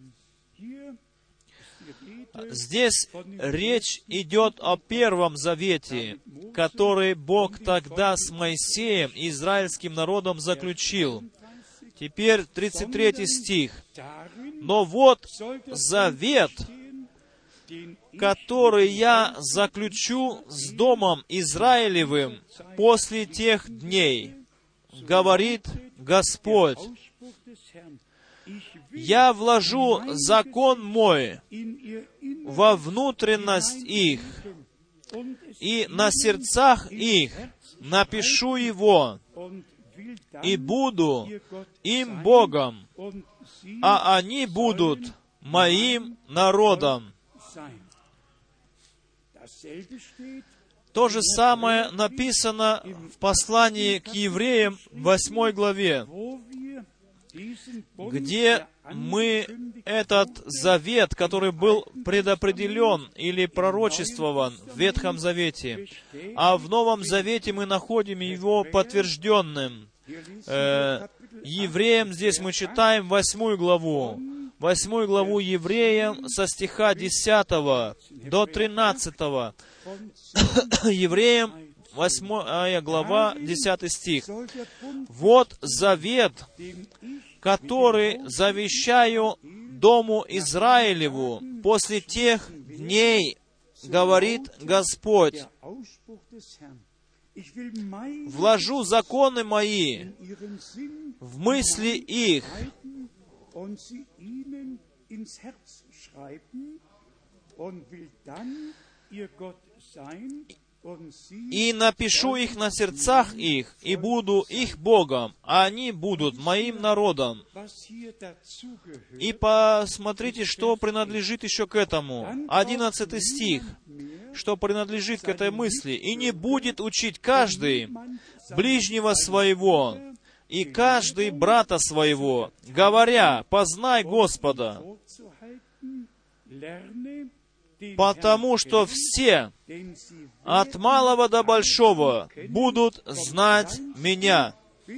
Здесь речь идет о Первом Завете, который Бог тогда с Моисеем и израильским народом заключил. Теперь тридцать третий стих. «Но вот завет, который я заключу с Домом Израилевым после тех дней, говорит Господь. Я вложу закон мой во внутренность их, и на сердцах их напишу его, и буду им Богом, а они будут моим народом. То же самое написано в послании к евреям в восьмой главе, где мы этот завет, который был предопределен или пророчествован в Ветхом Завете, а в Новом Завете мы находим его подтвержденным. Э, евреям здесь мы читаем восьмую главу. Восьмую главу Евреям со стиха десятого до тринадцатого. Евреям восьмая глава, десятый стих. «Вот завет, который завещаю Дому Израилеву после тех дней, говорит Господь, вложу законы мои в мысли их, и напишу их на сердцах их, и буду их Богом, а они будут моим народом». И посмотрите, что принадлежит еще к этому. Одиннадцатый стих, что принадлежит к этой мысли. «И не будет учить каждый ближнего своего, и каждый брата своего, говоря, познай Господа, потому что все, от малого до большого, будут знать Меня».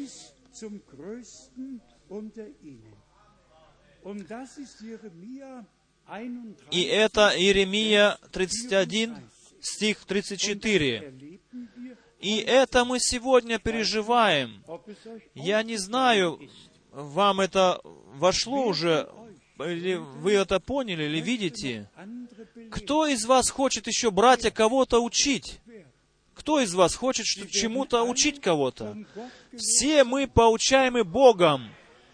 И это Иеремия тридцать один, стих тридцать четыре. И это мы сегодня переживаем. Я не знаю, вам это вошло уже, или вы это поняли, или видите. Кто из вас хочет еще, братья, кого-то учить? Кто из вас хочет чему-то учить кого-то? Все мы поучаемы Богом.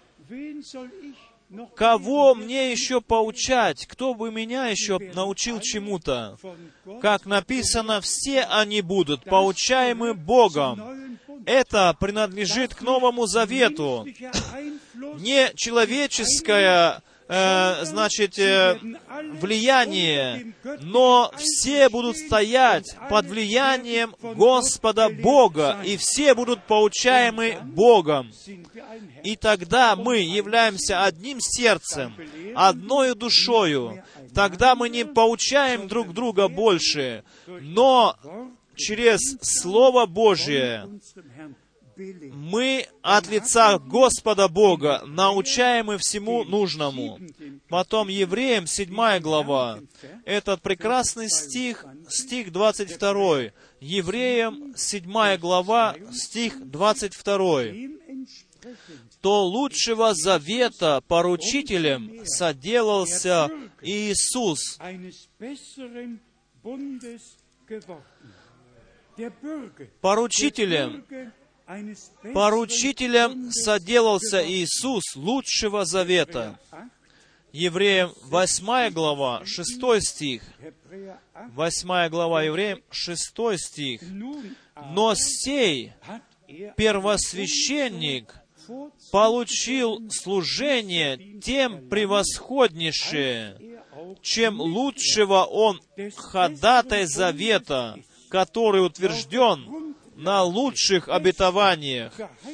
Кого мне еще поучать? Кто бы меня еще научил чему-то? Как написано, все они будут поучаемы Богом. Это принадлежит к Новому Завету. Не человеческое, э, значит, э, влияние, но все будут стоять под влиянием Господа Бога, и все будут поучаемы Богом. И тогда мы являемся одним сердцем, одною душою. Тогда мы не поучаем друг друга больше, но через Слово Божие мы от лица Господа Бога научаемы всему нужному. Потом Евреям седьмая глава. Этот прекрасный стих, стих двадцать второй. Евреям седьмая глава, стих двадцать второй. «То лучшего завета поручителем соделался Иисус». Поручителем, поручителем соделался Иисус лучшего завета. Евреям восьмая глава, шестой стих. Восьмая глава Евреям, шестой стих. «Но сей первосвященник получил служение тем превосходнейшее, чем лучшего он ходатай завета, который утвержден на лучших обетованиях».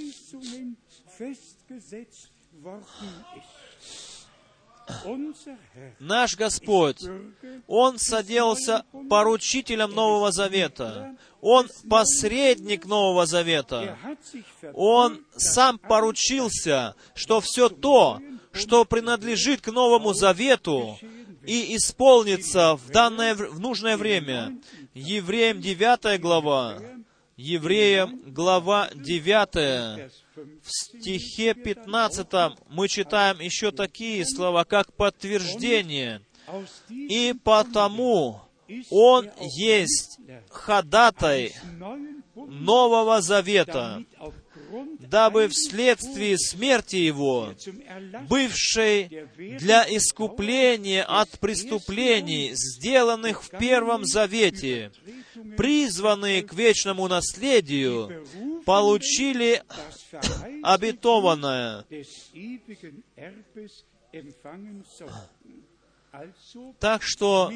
Наш Господь, Он соделался поручителем Нового Завета. Он посредник Нового Завета. Он сам поручился, что все то, что принадлежит к Новому Завету, и исполнится в данное, в нужное время. Евреям девятая глава. Евреям глава девятая. В стихе пятнадцатом мы читаем еще такие слова, как подтверждение. И потому Он есть ходатай Нового Завета, дабы вследствие смерти Его, бывшей для искупления от преступлений, сделанных в Первом Завете, призванные к вечному наследию, получили обетованное. Так что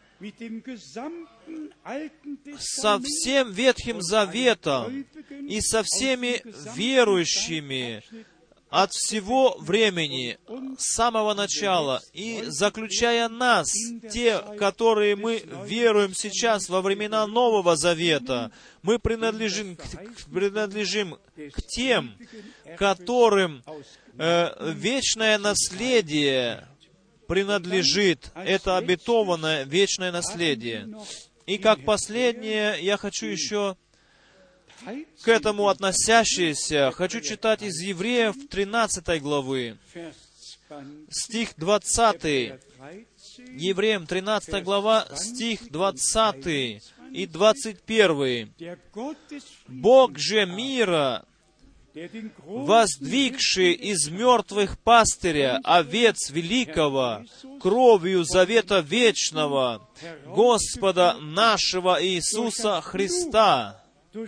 со всем Ветхим Заветом и со всеми верующими от всего времени, с самого начала, и заключая нас, те, которые мы веруем сейчас во времена Нового Завета, мы принадлежим, принадлежим к тем, которым э, вечное наследие принадлежит, это обетованное вечное наследие. И как последнее, я хочу еще к этому относящееся, хочу читать из Евреев тринадцатой главы, стих двадцатый. Евреям тринадцатая глава, стих двадцатый и двадцать первый. «Бог же мира, воздвигший из мертвых пастыря овец великого, кровью завета вечного, Господа нашего Иисуса Христа».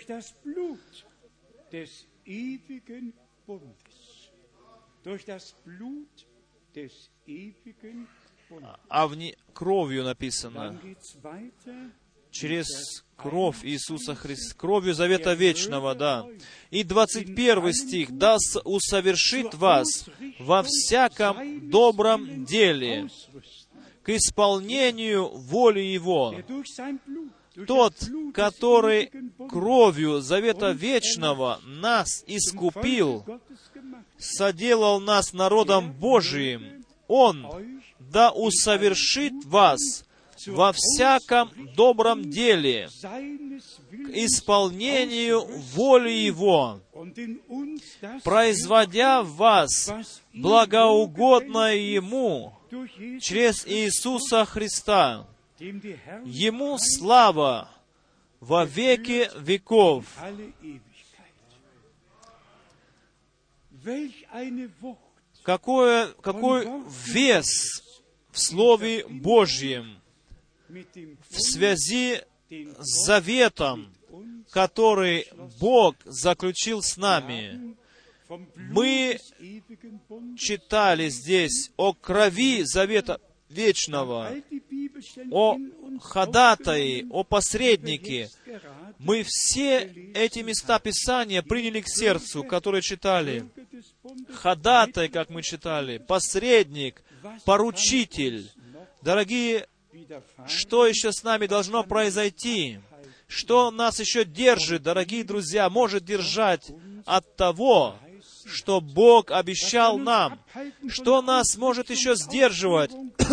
А в не... кровью написано. Через кровь Иисуса Христа, кровью завета вечного, да. И двадцать первый стих. «Да усовершит вас во всяком добром деле, к исполнению воли Его». Тот, который кровью завета вечного нас искупил, соделал нас народом Божиим, Он да усовершит вас во всяком добром деле, к исполнению воли Его, производя в вас благоугодное Ему через Иисуса Христа. Ему слава во веки веков. Какое, какой вес в Слове Божьем в связи с заветом, который Бог заключил с нами. Мы читали здесь о крови завета вечного, о ходатае, о посреднике. Мы все эти места Писания приняли к сердцу, которые читали. Ходатай, как мы читали, посредник, поручитель. Дорогие, что еще с нами должно произойти? Что нас еще держит, дорогие друзья, может держать от того, что Бог обещал нам? Что нас может еще сдерживать?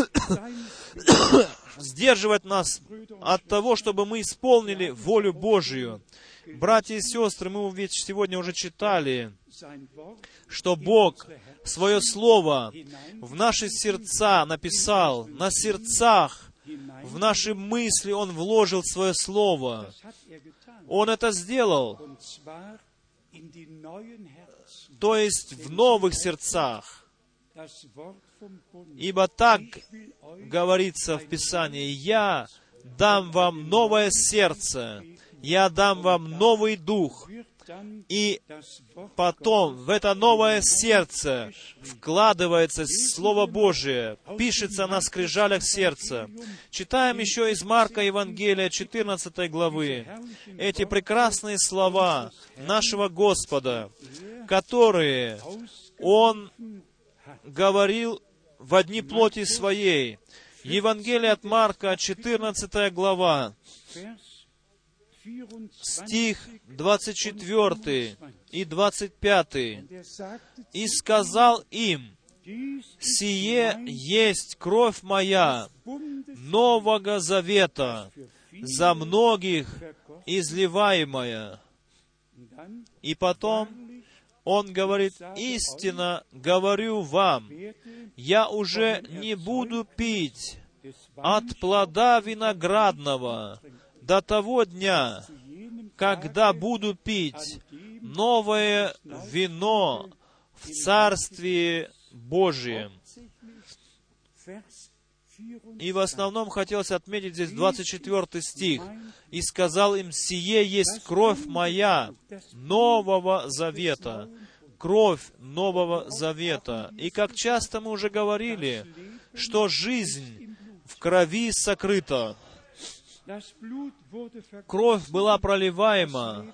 Сдерживать нас от того, чтобы мы исполнили волю Божию. Братья и сестры, мы ведь сегодня уже читали, что Бог Свое Слово в наши сердца написал, на сердцах, в наши мысли Он вложил Свое Слово. Он это сделал, то есть в новых сердцах. Ибо так говорится в Писании: «Я дам вам новое сердце, я дам вам новый дух». И потом в это новое сердце вкладывается Слово Божие, пишется на скрижалях сердца. Читаем еще из Марка Евангелия четырнадцатой главы эти прекрасные слова нашего Господа, которые Он говорил в дни плоти Своей. Евангелие от Марка, четырнадцатая глава, стих двадцать четвёртый и двадцать пятый. «И сказал им: сие есть кровь моя Нового Завета, за многих изливаемая». И потом Он говорит: «Истинно говорю вам, я уже не буду пить от плода виноградного до того дня, когда буду пить новое вино в Царстве Божьем». И в основном хотелось отметить здесь двадцать четвёртый стих. «И сказал им: сие есть кровь моя Нового Завета». Кровь Нового Завета. И как часто мы уже говорили, что жизнь в крови сокрыта. Кровь была проливаема,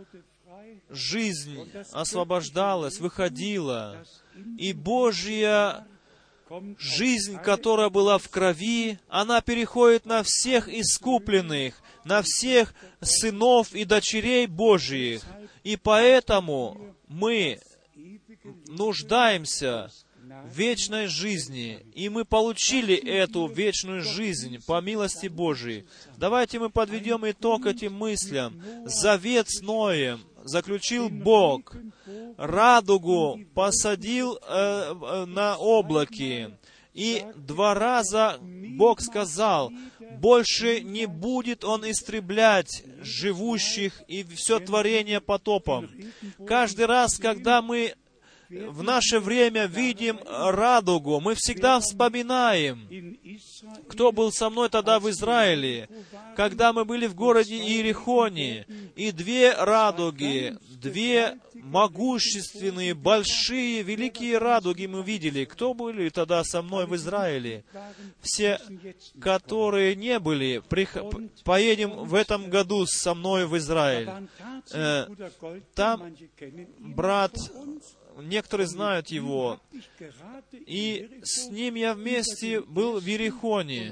жизнь освобождалась, выходила, и Божья жизнь, которая была в крови, она переходит на всех искупленных, на всех сынов и дочерей Божьих. И поэтому мы нуждаемся в вечной жизни, и мы получили эту вечную жизнь по милости Божией. Давайте мы подведем итог этим мыслям. Завет с Ноем заключил Бог, радугу посадил э, э, на облаке, и два раза Бог сказал: больше не будет Он истреблять живущих и все творение потопом. Каждый раз, когда мы в наше время видим радугу, мы всегда вспоминаем, кто был со мной тогда в Израиле, когда мы были в городе Иерихоне, и две радуги, две могущественные, большие, великие радуги мы видели. Кто были тогда со мной в Израиле? Все, которые не были, прих... поедем в этом году со мной в Израиль. Э, там брат, некоторые знают его, и с ним я вместе был в Иерихоне.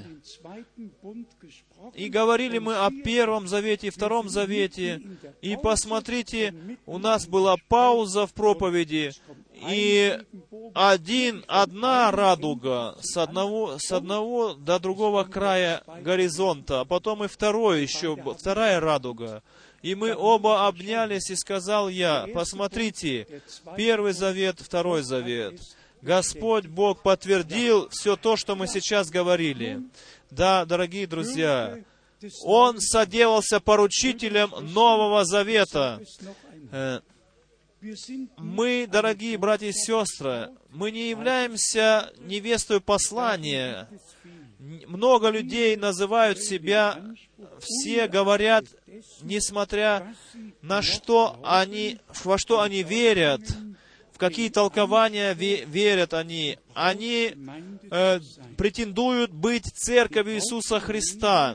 И говорили мы о Первом Завете и Втором Завете. И посмотрите, у нас была пауза в проповеди, и один, одна радуга с одного, с одного до другого края горизонта, а потом и второй еще, вторая радуга. И мы оба обнялись, и сказал я: посмотрите, Первый Завет, Второй Завет. Господь Бог подтвердил все то, что мы сейчас говорили. Да, дорогие друзья, Он соделался поручителем Нового Завета. Мы, дорогие братья и сестры, мы не являемся невестой послания. Много людей называют себя, все говорят, несмотря на что они, во что они верят, в какие толкования ве, верят они, они э, претендуют быть церковью Иисуса Христа.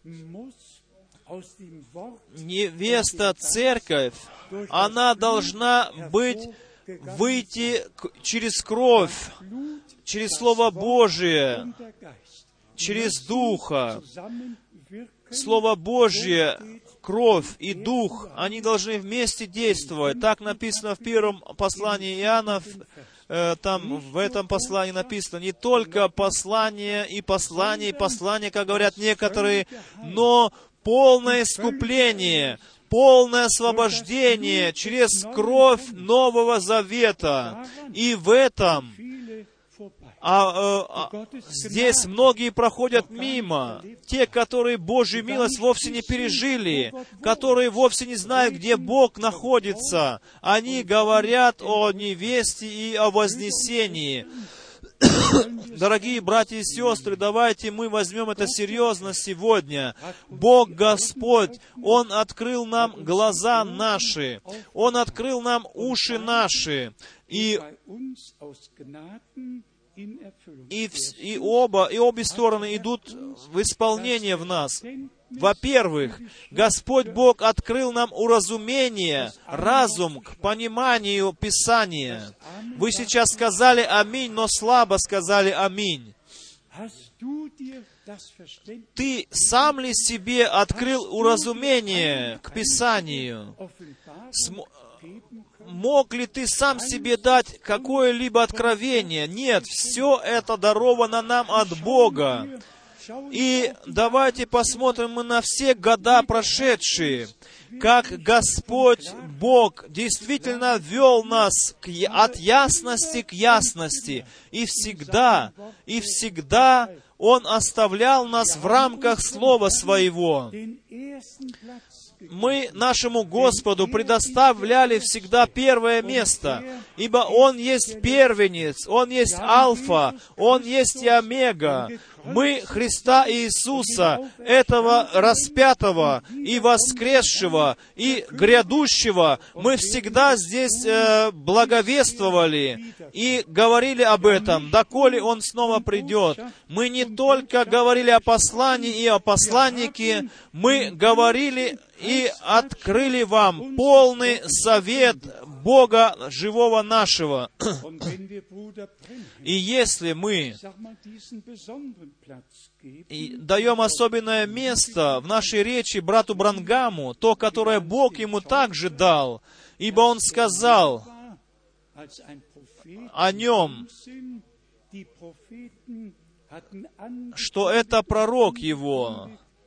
Невеста, церковь, она должна быть, выйти через кровь, через Слово Божие, через Духа. Слово Божье, кровь и Дух, они должны вместе действовать. Так написано в первом послании Иоанна, э, там в этом послании написано не только послание и послание и послание, как говорят некоторые, но полное искупление, полное освобождение через кровь Нового Завета. И в этом А, а, здесь многие проходят мимо. Те, которые Божью милость вовсе не пережили, которые вовсе не знают, где Бог находится. Они говорят о невесте и о вознесении. Дорогие братья и сестры, давайте мы возьмем это серьезно сегодня. Бог Господь, Он открыл нам глаза наши, Он открыл нам уши наши, и И, и, оба, и обе стороны идут в исполнение в нас. Во-первых, Господь Бог открыл нам уразумение, разум к пониманию Писания. Вы сейчас сказали «Аминь», но слабо сказали «Аминь». Ты сам ли себе открыл уразумение к Писанию? См- Мог ли ты сам себе дать какое-либо откровение? Нет, все это даровано нам от Бога. И давайте посмотрим мы на все года прошедшие, как Господь Бог действительно вел нас к, от ясности к ясности. И всегда, и всегда Он оставлял нас в рамках Слова Своего. Мы нашему Господу предоставляли всегда первое место, ибо Он есть первенец, Он есть Алфа, Он есть и Омега. Мы Христа Иисуса, этого распятого и воскресшего и грядущего, мы всегда здесь э, благовествовали и говорили об этом, доколе Он снова придет. Мы не только говорили о послании и о посланнике, мы говорили и открыли вам полный завет Бога живого нашего. И если мы и даем особенное место в нашей речи брату Бранхаму, то, которое Бог ему также дал, ибо он сказал о нем, что это пророк его.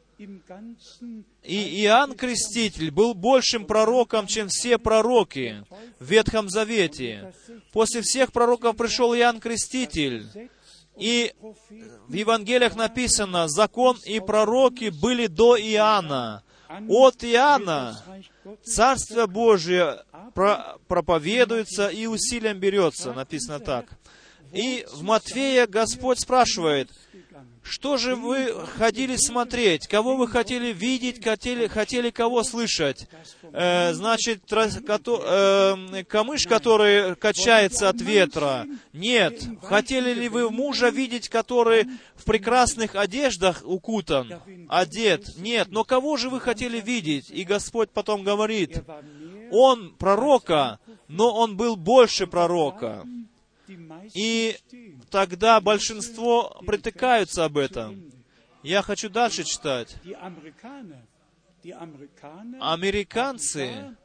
И Иоанн Креститель был большим пророком, чем все пророки в Ветхом Завете. После всех пророков пришел Иоанн Креститель. И в Евангелиях написано, закон и пророки были до Иоанна. От Иоанна Царство Божие проповедуется и усилием берется, написано так. И в Матфея Господь спрашивает, что же вы ходили смотреть? Кого вы хотели видеть? Хотели, хотели кого слышать? Э, значит, трос, кото, э, камыш, который качается от ветра? Нет. Хотели ли вы мужа видеть, который в прекрасных одеждах укутан, одет? Нет. Но кого же вы хотели видеть? И Господь потом говорит, он пророка, но он был больше пророка. И тогда большинство притыкаются об этом. Я хочу дальше читать. Американцы,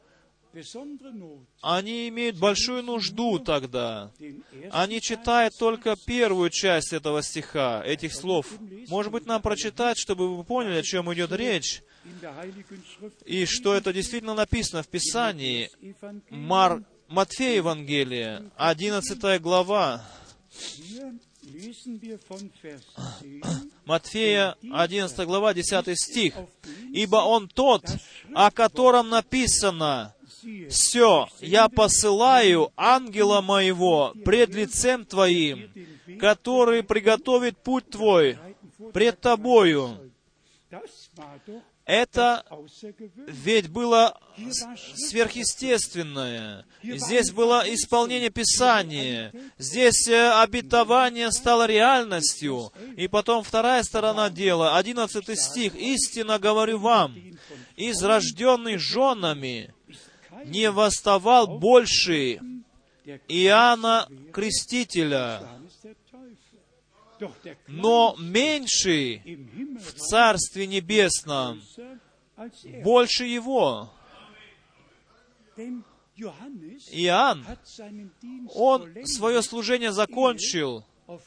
они имеют большую нужду тогда. Они читают только первую часть этого стиха, этих слов. Может быть, нам прочитать, чтобы вы поняли, о чем идет речь, и что это действительно написано в Писании. Мар... Матфея Евангелие, одиннадцатая глава. Матфея, одиннадцатая глава, десятый стих. «Ибо Он тот, о котором написано, «Все, я посылаю ангела моего пред лицем твоим, который приготовит путь твой пред тобою». Это ведь было сверхъестественное. Здесь было исполнение Писания. Здесь обетование стало реальностью. И потом вторая сторона дела, одиннадцатый стих. «Истинно говорю вам, из рожденных женами не восставал больше Иоанна Крестителя, но меньший в Царстве Небесном больше его». Иоанн, он свое служение закончил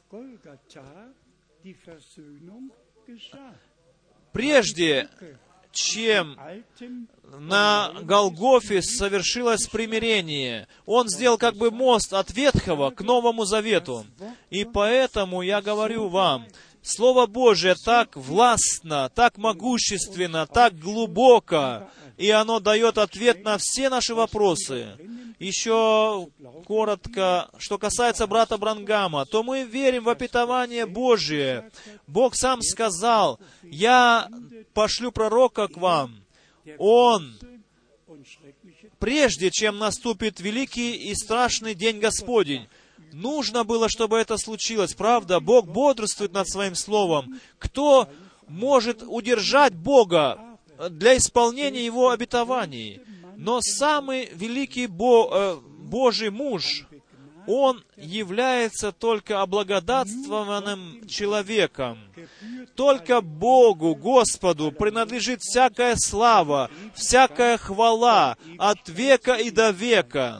прежде, чем на Голгофе совершилось примирение. Он сделал как бы мост от Ветхого к Новому Завету. И поэтому я говорю вам, Слово Божие так властно, так могущественно, так глубоко, и оно дает ответ на все наши вопросы. Еще коротко, что касается брата Бранхама, то мы верим в обетование Божие. Бог сам сказал, «Я пошлю пророка к вам». Он, прежде чем наступит великий и страшный день Господень, нужно было, чтобы это случилось. Правда, Бог бодрствует над Своим Словом. Кто может удержать Бога для исполнения Его обетований? Но самый великий Бо, э, Божий муж, он является только облагодатствованным человеком. Только Богу, Господу, принадлежит всякая слава, всякая хвала от века и до века.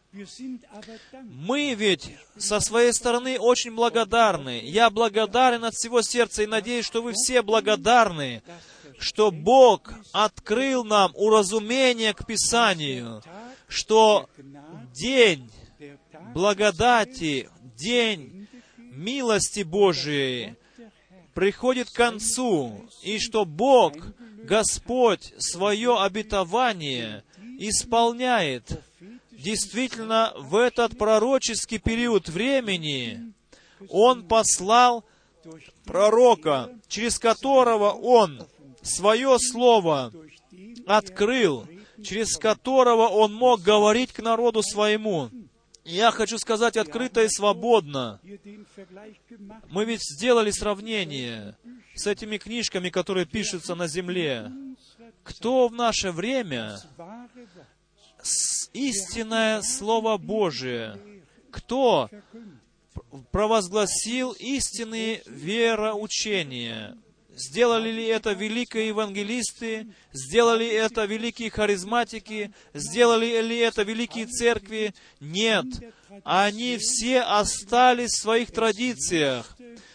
Мы ведь со своей стороны очень благодарны. Я благодарен от всего сердца и надеюсь, что вы все благодарны, что Бог открыл нам уразумение к Писанию, что день благодати, день милости Божией приходит к концу, и что Бог, Господь, свое обетование исполняет. Действительно, в этот пророческий период времени Он послал пророка, через которого Он свое слово открыл, через которого Он мог говорить к народу своему. Я хочу сказать открыто и свободно. Мы ведь сделали сравнение с этими книжками, которые пишутся на земле. Кто в наше время истинное Слово Божие? Кто провозгласил истинные вероучения? Сделали ли это великие евангелисты? Сделали это великие харизматики? Сделали ли это великие церкви? Нет. Они все остались в своих традициях.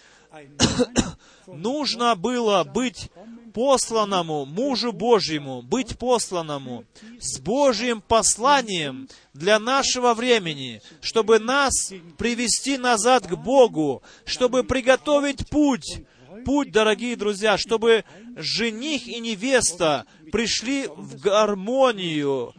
Нужно было быть посланному, мужу Божьему, быть посланному с Божьим посланием для нашего времени, чтобы нас привести назад к Богу, чтобы приготовить путь, путь, дорогие друзья, чтобы жених и невеста пришли в гармонию,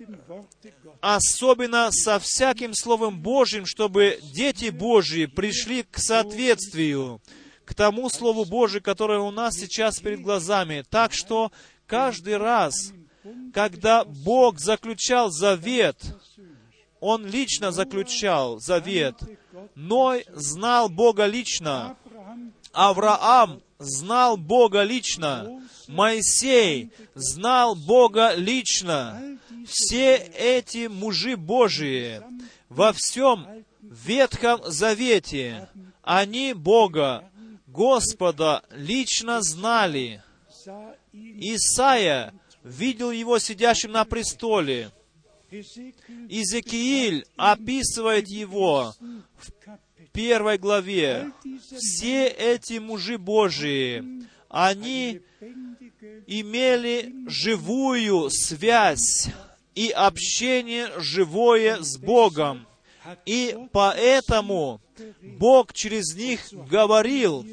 особенно со всяким Словом Божьим, чтобы дети Божьи пришли к соответствию, к тому Слову Божию, которое у нас сейчас перед глазами. Так что каждый раз, когда Бог заключал завет, Он лично заключал завет. Ной знал Бога лично. Авраам знал Бога лично. Моисей знал Бога лично. Все эти мужи Божии во всем Ветхом Завете, они Бога, Господа, лично знали. Исаия видел Его сидящим на престоле. Иезекииль описывает Его в первой главе. Все эти мужи Божии, они имели живую связь и общение живое с Богом. И поэтому Бог через них говорил.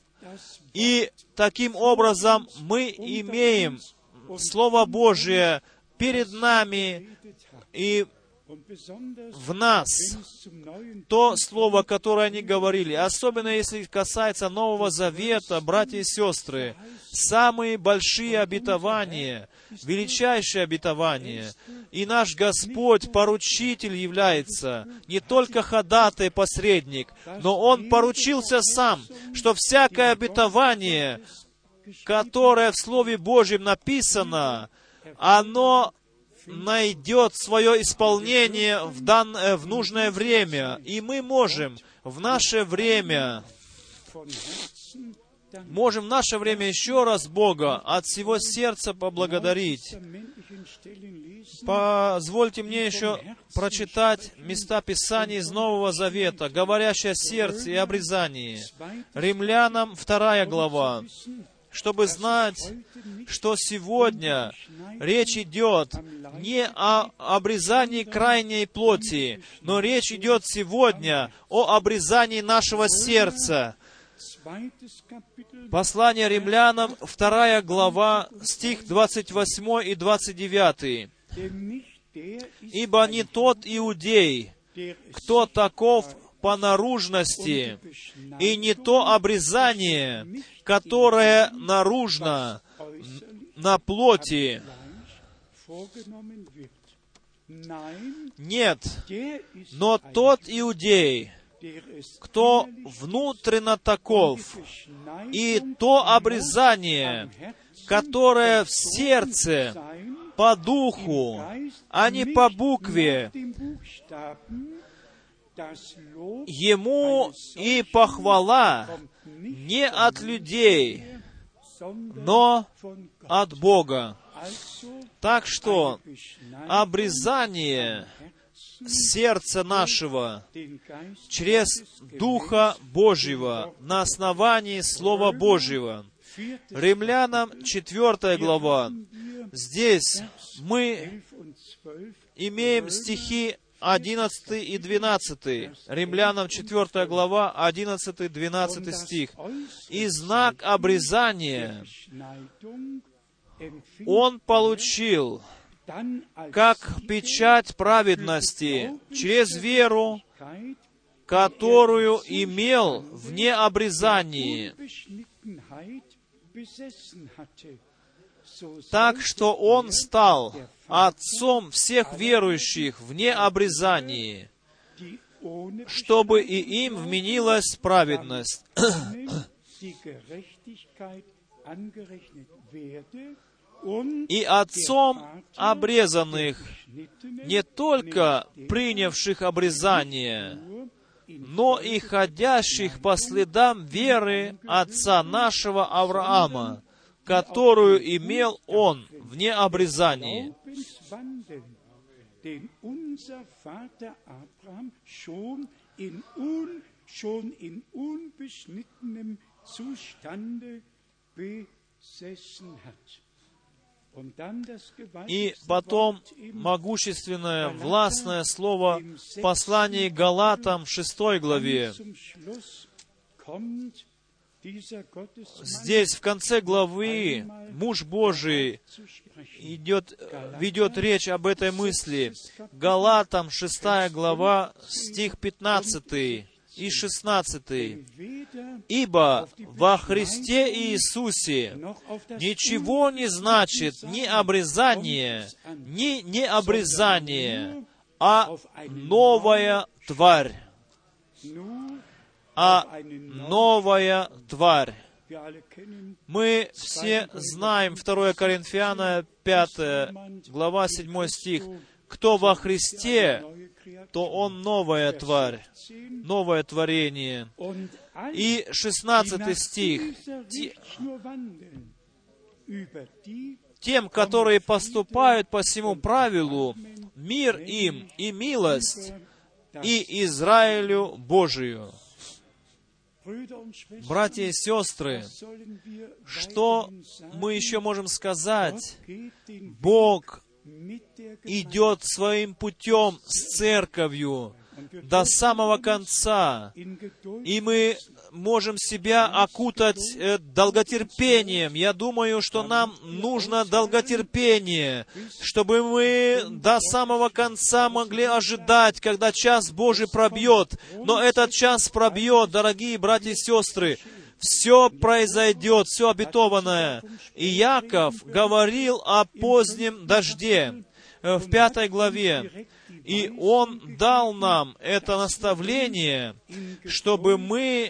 И таким образом мы имеем Слово Божие перед нами и в нас, то Слово, которое они говорили, особенно если касается Нового Завета, братья и сестры, самые большие обетования, величайшие обетования. И наш Господь, поручитель является, не только ходатай, посредник, но Он поручился сам, что всякое обетование, которое в Слове Божьем написано, оно найдет свое исполнение в, дан... в нужное время. И мы можем в наше время, можем в наше время еще раз Бога от всего сердца поблагодарить. Позвольте мне еще прочитать места Писания из Нового Завета, говорящие о сердце и обрезании. Римлянам вторая глава. Чтобы знать, что сегодня речь идет не о обрезании крайней плоти, но речь идет сегодня о обрезании нашего сердца. Послание Римлянам, вторая глава, стих двадцать восьмой и двадцать девятый. «Ибо не тот иудей, кто таков по наружности, и не то обрезание, которое наружно, на плоти. Нет, но тот иудей, кто внутренно таков, и то обрезание, которое в сердце, по духу, а не по букве, ему и похвала не от людей, но от Бога». Так что обрезание сердца нашего через Духа Божьего на основании Слова Божьего. Римлянам четвёртая глава. Здесь мы имеем стихи одиннадцатый и двенадцатый. Римлянам четвёртая глава, одиннадцатый-двенадцатый стих. «И знак обрезания он получил, как печать праведности через веру, которую имел в необрезании, так что он стал отцом всех верующих в необрезании, чтобы и им вменилась праведность». И отцом обрезанных, не только принявших обрезание, но и ходящих по следам веры отца нашего Авраама, которую имел он в необрезании. И потом могущественное, властное слово в послании к Галатам, шестой главе. Здесь, в конце главы, муж Божий идет, ведет речь об этой мысли. Галатам, шестая глава, стих пятнадцатый и шестнадцатый. «Ибо во Христе Иисусе ничего не значит ни обрезание, ни необрезание, а новая тварь». А новая тварь. Мы все знаем второе Коринфянам, пятая глава, седьмой стих. «Кто во Христе, то он новая тварь, новое творение». И шестнадцатый стих. «Тем, которые поступают по всему правилу, мир им и милость, и Израилю Божию». Братья и сестры, что мы еще можем сказать? Бог идет своим путем с церковью до самого конца, и мы можем себя окутать э, долготерпением. Я думаю, что нам нужно долготерпение, чтобы мы до самого конца могли ожидать, когда час Божий пробьет. Но этот час пробьет, дорогие братья и сестры. Все произойдет, все обетованное. И Яков говорил о позднем дожде в пятой главе. И он дал нам это наставление, чтобы мы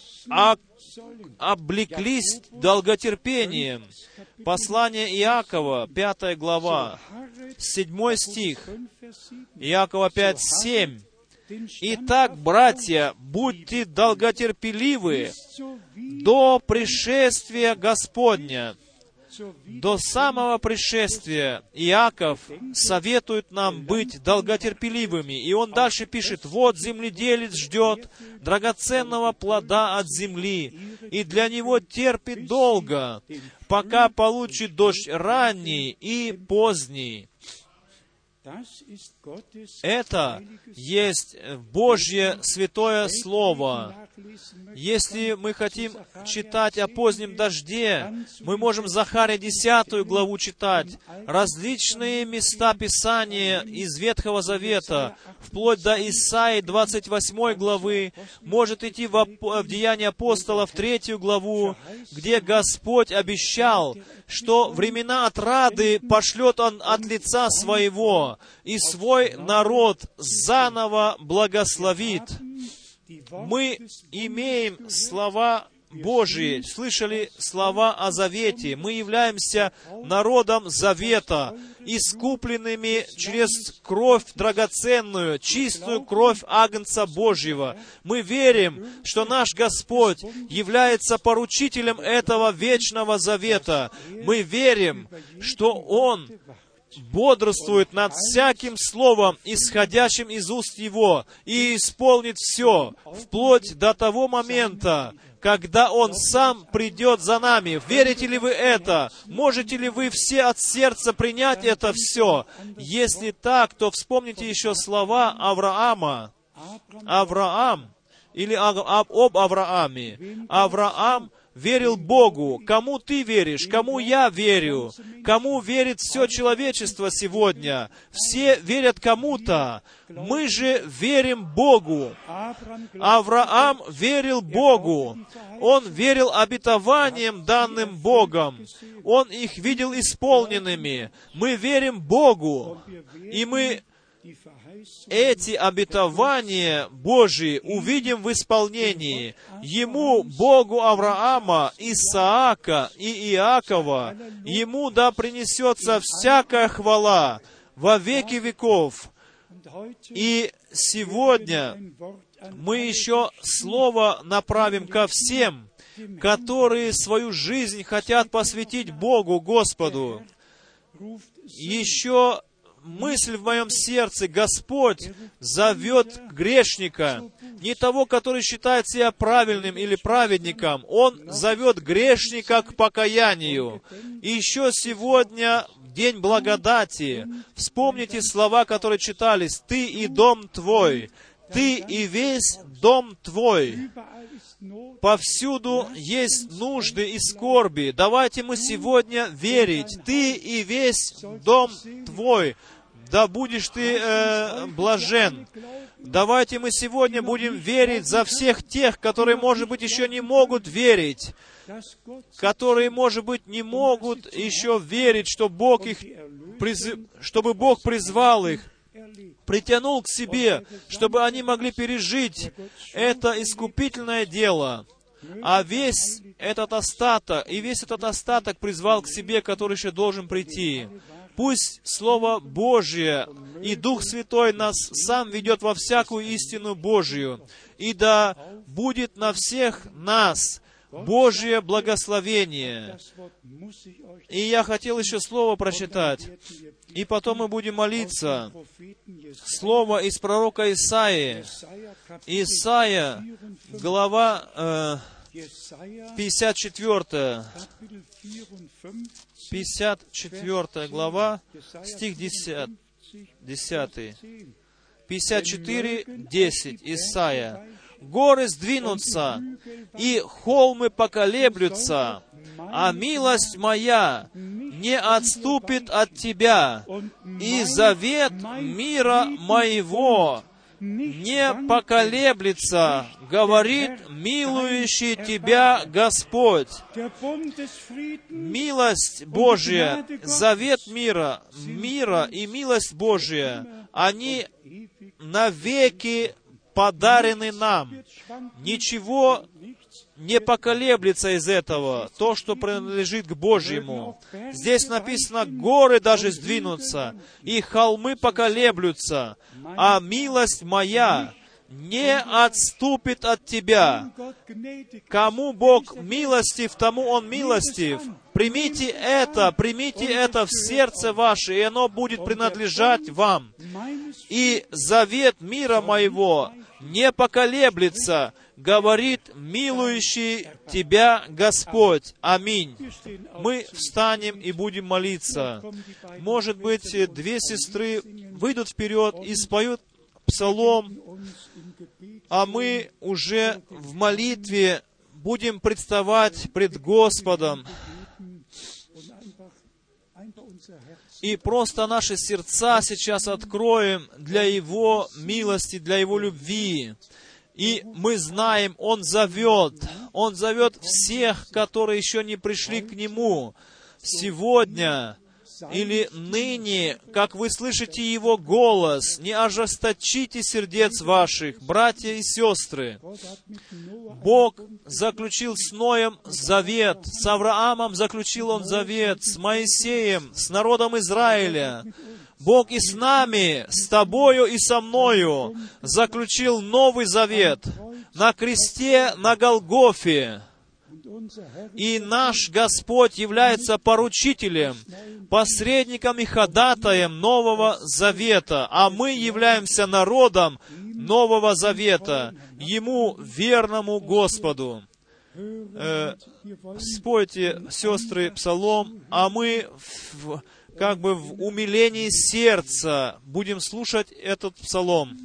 облеклись долготерпением. Послание Иакова, пятая глава, седьмой стих. Иакова пять, семь. «Итак, братья, будьте долготерпеливы до пришествия Господня». До самого пришествия Иаков советует нам быть долготерпеливыми. И он дальше пишет: «Вот земледелец ждет драгоценного плода от земли, и для него терпит долго, пока получит дождь ранний и поздний». Это есть Божье святое Слово. Если мы хотим читать о позднем дожде, мы можем Захария десятую главу читать, различные места Писания из Ветхого Завета, вплоть до Исаии двадцать восьмой главы, может идти в, в Деяния апостолов третью главу, где Господь обещал, что времена отрады пошлет Он от лица Своего, и свой народ заново благословит. Мы имеем слова Божьи, слышали слова о завете. Мы являемся народом завета, искупленными через кровь драгоценную, чистую кровь Агнца Божьего. Мы верим, что наш Господь является поручителем этого вечного завета. Мы верим, что Он бодрствует над всяким словом, исходящим из уст Его, и исполнит все, вплоть до того момента, когда Он Сам придет за нами. Верите ли вы это? Можете ли вы все от сердца принять это все? Если так, то вспомните еще слова Авраама. Авраам, или об Аврааме. Авраам верил Богу. Кому ты веришь? Кому я верю? Кому верит все человечество сегодня? Все верят кому-то. Мы же верим Богу. Авраам верил Богу. Он верил обетованиям, данным Богом. Он их видел исполненными. Мы верим Богу. И мы эти обетования Божьи увидим в исполнении. Ему, Богу Авраама, Исаака и Иакова, Ему да принесется всякая хвала во веки веков. И сегодня мы еще слово направим ко всем, которые свою жизнь хотят посвятить Богу, Господу. Еще мысль в моем сердце: Господь зовет грешника, не того, который считает себя правильным или праведником. Он зовет грешника к покаянию. И еще сегодня день благодати. Вспомните слова, которые читались: «Ты и дом твой, ты и весь дом твой». Повсюду есть нужды и скорби. Давайте мы сегодня верить: «Ты и весь дом твой». Да будешь ты э, блажен. Давайте мы сегодня будем верить за всех тех, которые, может быть, еще не могут верить, которые, может быть, не могут еще верить, что Бог их приз... чтобы Бог призвал их, притянул к себе, чтобы они могли пережить это искупительное дело. А весь этот остаток, и весь этот остаток призвал к себе, который еще должен прийти. Пусть Слово Божье и Дух Святой нас сам ведет во всякую истину Божью, и да будет на всех нас Божье благословение. И я хотел еще слово прочитать, и потом мы будем молиться. Слово из пророка Исаии. Исаия, глава э, пятьдесят четвёртая. пятьдесят четвёртая глава, стих десятый. пятьдесят четыре, десять, Исаия. «Горы сдвинутся, и холмы поколеблются, а милость моя не отступит от тебя, и завет мира моего не поколеблется, говорит милующий тебя Господь». Милость Божья, завет мира, мира и милость Божья, они навеки подарены нам. Ничего не поколеблется из этого, то, что принадлежит к Божьему. Здесь написано: горы даже сдвинутся, и холмы поколеблются, а милость моя не отступит от тебя. Кому Бог милостив, тому Он милостив. Примите это, примите это в сердце ваше, и оно будет принадлежать вам. И завет мира моего не поколеблется, говорит милующий тебя Господь. Аминь. Мы встанем и будем молиться. Может быть, две сестры выйдут вперед и споют псалом, а мы уже в молитве будем представать пред Господом. И просто наши сердца сейчас откроем для Его милости, для Его любви. И мы знаем, Он зовет. Он зовет всех, которые еще не пришли к Нему. Сегодня или ныне, как вы слышите Его голос, не ожесточите сердец ваших, братья и сестры. Бог заключил с Ноем завет, с Авраамом заключил Он завет, с Моисеем, с народом Израиля. Бог и с нами, с тобою и со мною заключил новый завет на кресте на Голгофе. И наш Господь является поручителем, посредником и ходатаем Нового Завета, а мы являемся народом Нового Завета, Ему, верному Господу. Э, спойте, сестры, псалом, а мы в, как бы в умилении сердца будем слушать этот псалом.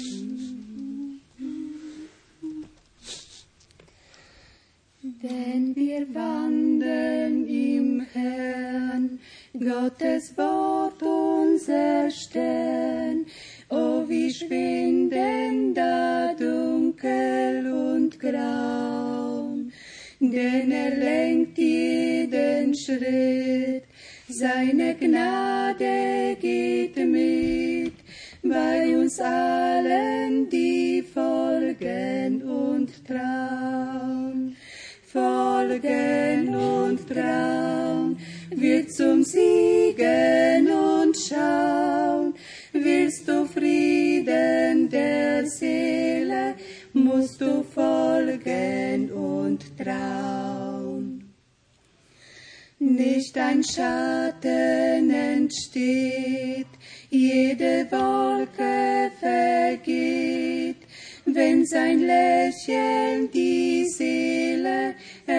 Wenn wir wandeln im Herrn, Gottes Wort unser Stern, oh wie schwinden da Dunkel und Grauen, denn er lenkt jeden Schritt, seine Gnade geht mit, bei uns allen, die folgen und trauen. Folgen und trauen, wird zum Siegen und schauen. Willst du Frieden der Seele, musst du folgen und trauen. Nicht ein Schatten entsteht, jede Wolke vergeht, wenn sein Lächeln die Seele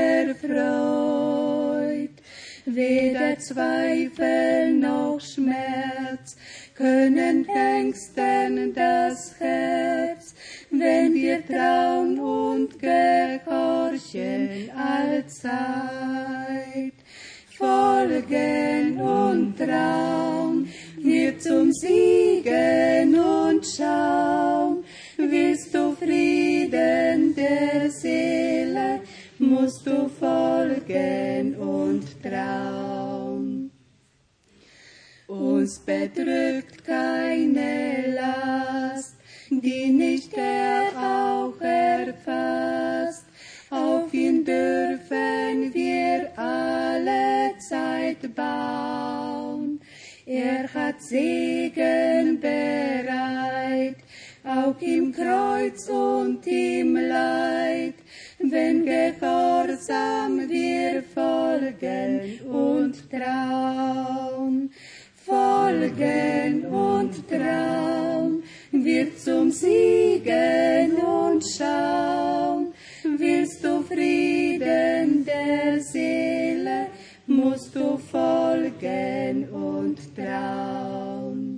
erfreut. Weder Zweifel noch Schmerz können ängsten das Herz, wenn wir trauen und gehorchen allzeit. Folgen und trauen, wir zum Siegen und schauen. Willst du Frieden der Seele, musst du folgen und trauen. Uns bedrückt keine Last, die nicht er auch erfasst. Auf ihn dürfen wir alle Zeit bauen. Er hat Segen bereit, auch im Kreuz und im Leid, wenn gehorsam wir folgen und trauen. Folgen und trauen, wir zum Siegen und schauen. Willst du Frieden der Seele, musst du folgen und trauen.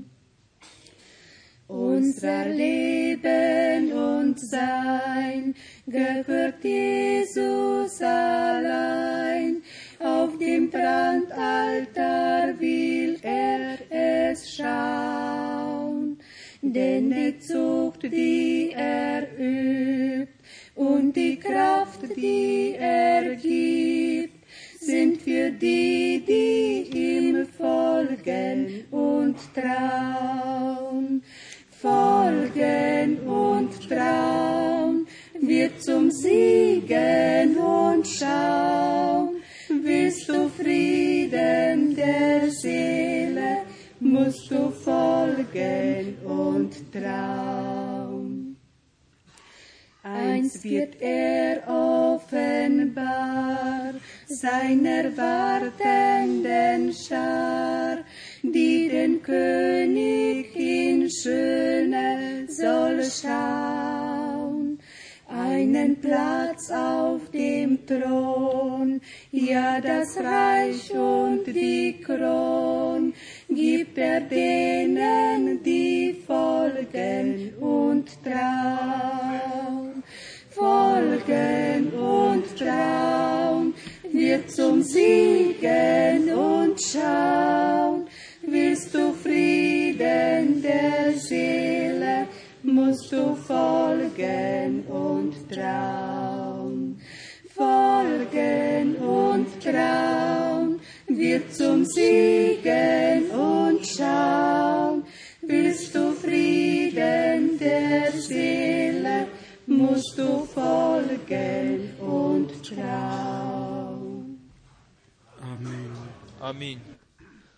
Unser Leben und Sein gehört Jesus allein. Auf dem Brandaltar will er es schauen. Denn die Zucht, die er übt, und die Kraft, die er gibt, sind für die, die ihm folgen und trauen. Folgen und trauen, wird zum Siegen und schauen. Willst du Frieden der Seele, musst du folgen und trauen. Eins wird er offenbar seiner wartenden Schar, die den König in Schöne soll schauen. Einen Platz auf dem Thron, ja das Reich und die Kron, gibt er denen, die folgen und trauen. Folgen und trauen, wird zum Siegen und schauen. Willst du Frieden der Seele, musst du folgen und trauen. Folgen und trauen, wird zum Siegen und schauen. Willst du Frieden der Seele, musst du folgen und trauen. Amen.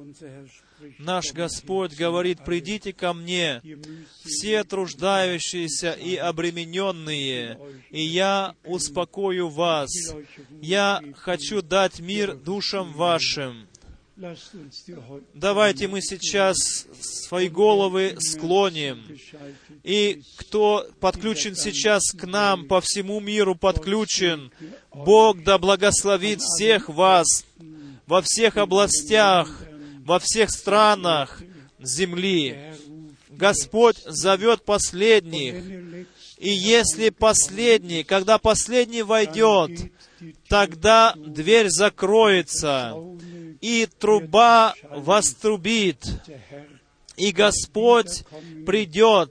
Наш Господь говорит: «Придите ко мне, все труждающиеся и обремененные, и я успокою вас. Я хочу дать мир душам вашим». Давайте мы сейчас свои головы склоним. И кто подключен сейчас к нам, по всему миру подключен, Бог да благословит всех вас во всех областях, во всех странах земли. Господь зовет последних. И если последний, когда последний войдет, тогда дверь закроется, и труба вострубит, и Господь придет,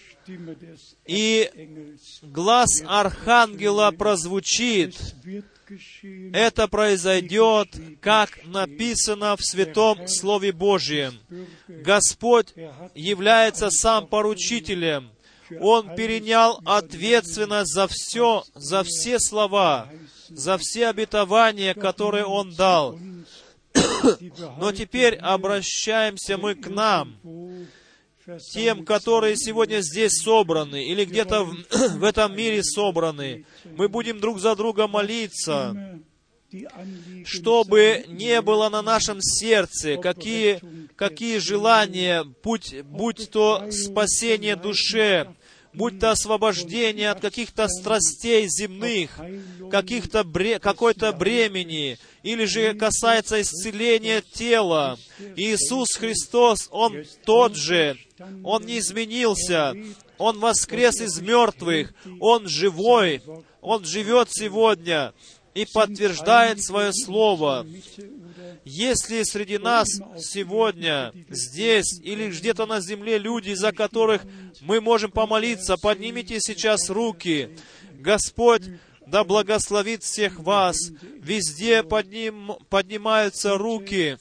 и глас архангела прозвучит. Это произойдет, как написано в Святом Слове Божьем. Господь является сам поручителем. Он перенял ответственность за все, за все слова, за все обетования, которые Он дал. Но теперь обращаемся мы к нам, тем, которые сегодня здесь собраны, или где-то в, в этом мире собраны. Мы будем друг за друга молиться, чтобы не было на нашем сердце, какие, какие желания, будь, будь то спасение душе, будь то освобождение от каких-то страстей земных, каких-то бре, какой-то бремени, или же касается исцеления тела. Иисус Христос, Он тот же, Он не изменился, Он воскрес из мертвых, Он живой, Он живет сегодня и подтверждает свое Слово. Если среди нас сегодня, здесь или где-то на земле люди, за которых мы можем помолиться, поднимите сейчас руки. Господь да благословит всех вас. Везде подним, поднимаются руки.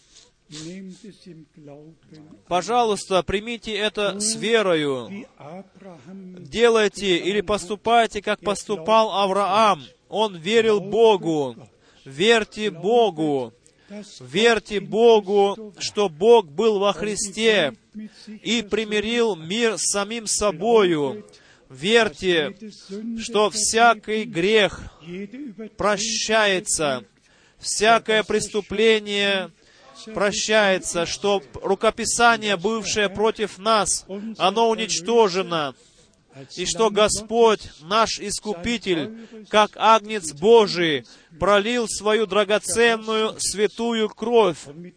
Пожалуйста, примите это с верою. Делайте или поступайте, как поступал Авраам. Он верил Богу. Верьте Богу. Верьте Богу, что Бог был во Христе и примирил мир с самим собою. Верьте, что всякий грех прощается, всякое преступление прощается, что рукописание, бывшее против нас, оно уничтожено, и что Господь, наш Искупитель, как Агнец Божий, пролил свою драгоценную святую кровь,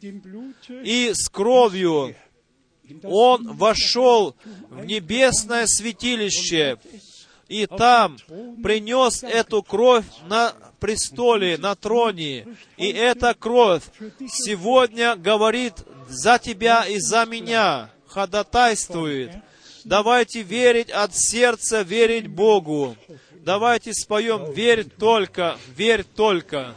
и с кровью Он вошел в небесное святилище, и там принес эту кровь на престоле, на троне. И эта кровь сегодня говорит за тебя и за меня, ходатайствует. Давайте верить от сердца, верить Богу. Давайте споем «Верь только, верь только».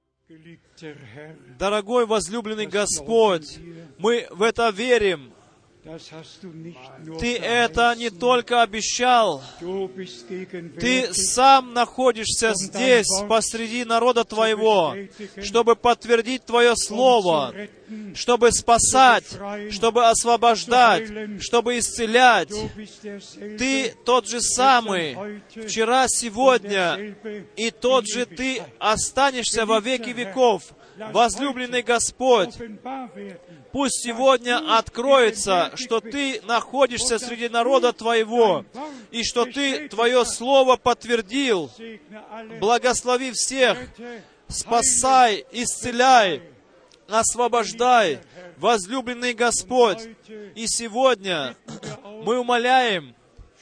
Дорогой возлюбленный Господь, мы в это верим, Ты это не только обещал, Ты сам находишься здесь, посреди народа Твоего, чтобы подтвердить Твое Слово, чтобы спасать, чтобы освобождать, чтобы исцелять. Ты тот же самый, вчера, сегодня, и тот же Ты останешься во веки веков. Возлюбленный Господь, пусть сегодня откроется, что Ты находишься среди народа Твоего, и что Ты Твое Слово подтвердил. Благослови всех, спасай, исцеляй, освобождай, возлюбленный Господь. И сегодня мы умоляем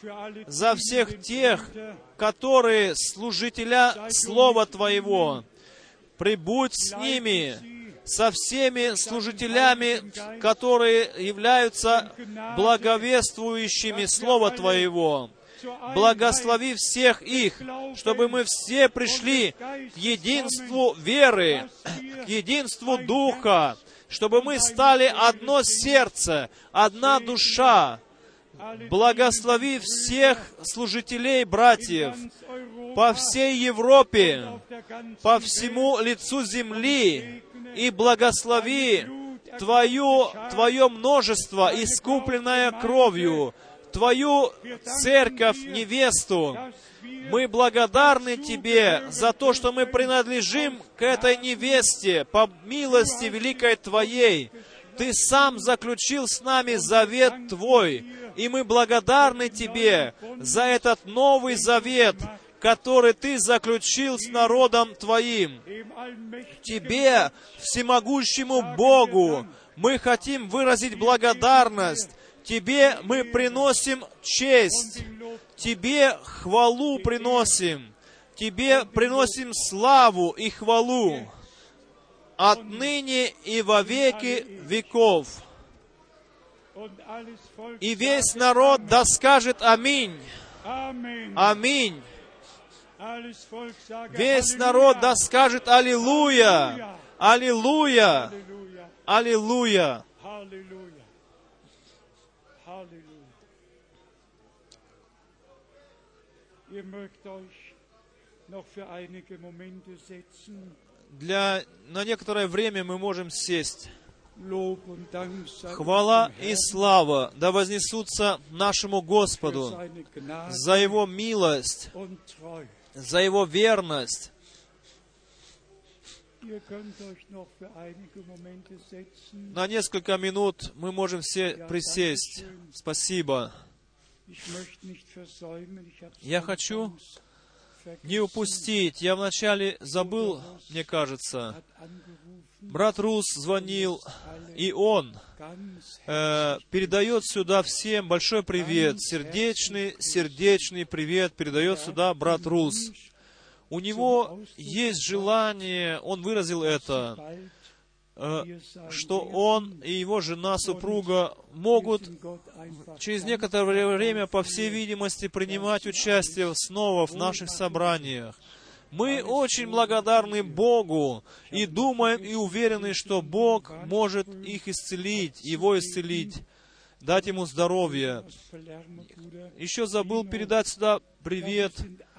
за всех тех, которые служителя Слова Твоего. Прибудь с ними, со всеми служителями, которые являются благовествующими Слова Твоего. Благослови всех их, чтобы мы все пришли к единству веры, к единству Духа, чтобы мы стали одно сердце, одна душа. Благослови всех служителей, братьев, по всей Европе, по всему лицу земли, и благослови Твое, Твое множество, искупленное кровью, Твою церковь, невесту. Мы благодарны Тебе за то, что мы принадлежим к этой невесте по милости великой Твоей. Ты сам заключил с нами завет Твой, и мы благодарны Тебе за этот новый завет, который Ты заключил с народом Твоим. Тебе, всемогущему Богу, мы хотим выразить благодарность. Тебе мы приносим честь. Тебе хвалу приносим. Тебе приносим славу и хвалу отныне и во веки веков. И весь народ да скажет аминь. Аминь. Весь народ да скажет аллилуйя. Аллилуйя. Аллилуйя. Для, на некоторое время мы можем сесть. Хвала и слава да вознесутся нашему Господу за Его милость, за Его верность. На несколько минут мы можем все присесть. Спасибо. Я хочу не упустить. Я вначале забыл, мне кажется. Брат Рус звонил, и он э, передает сюда всем большой привет. Сердечный, сердечный привет передает сюда брат Рус. У него есть желание, он выразил это, э, что он и его жена, супруга могут через некоторое время, по всей видимости, принимать участие снова в наших собраниях. Мы очень благодарны Богу и думаем и уверены, что Бог может их исцелить, его исцелить, дать ему здоровье. Еще забыл передать сюда привет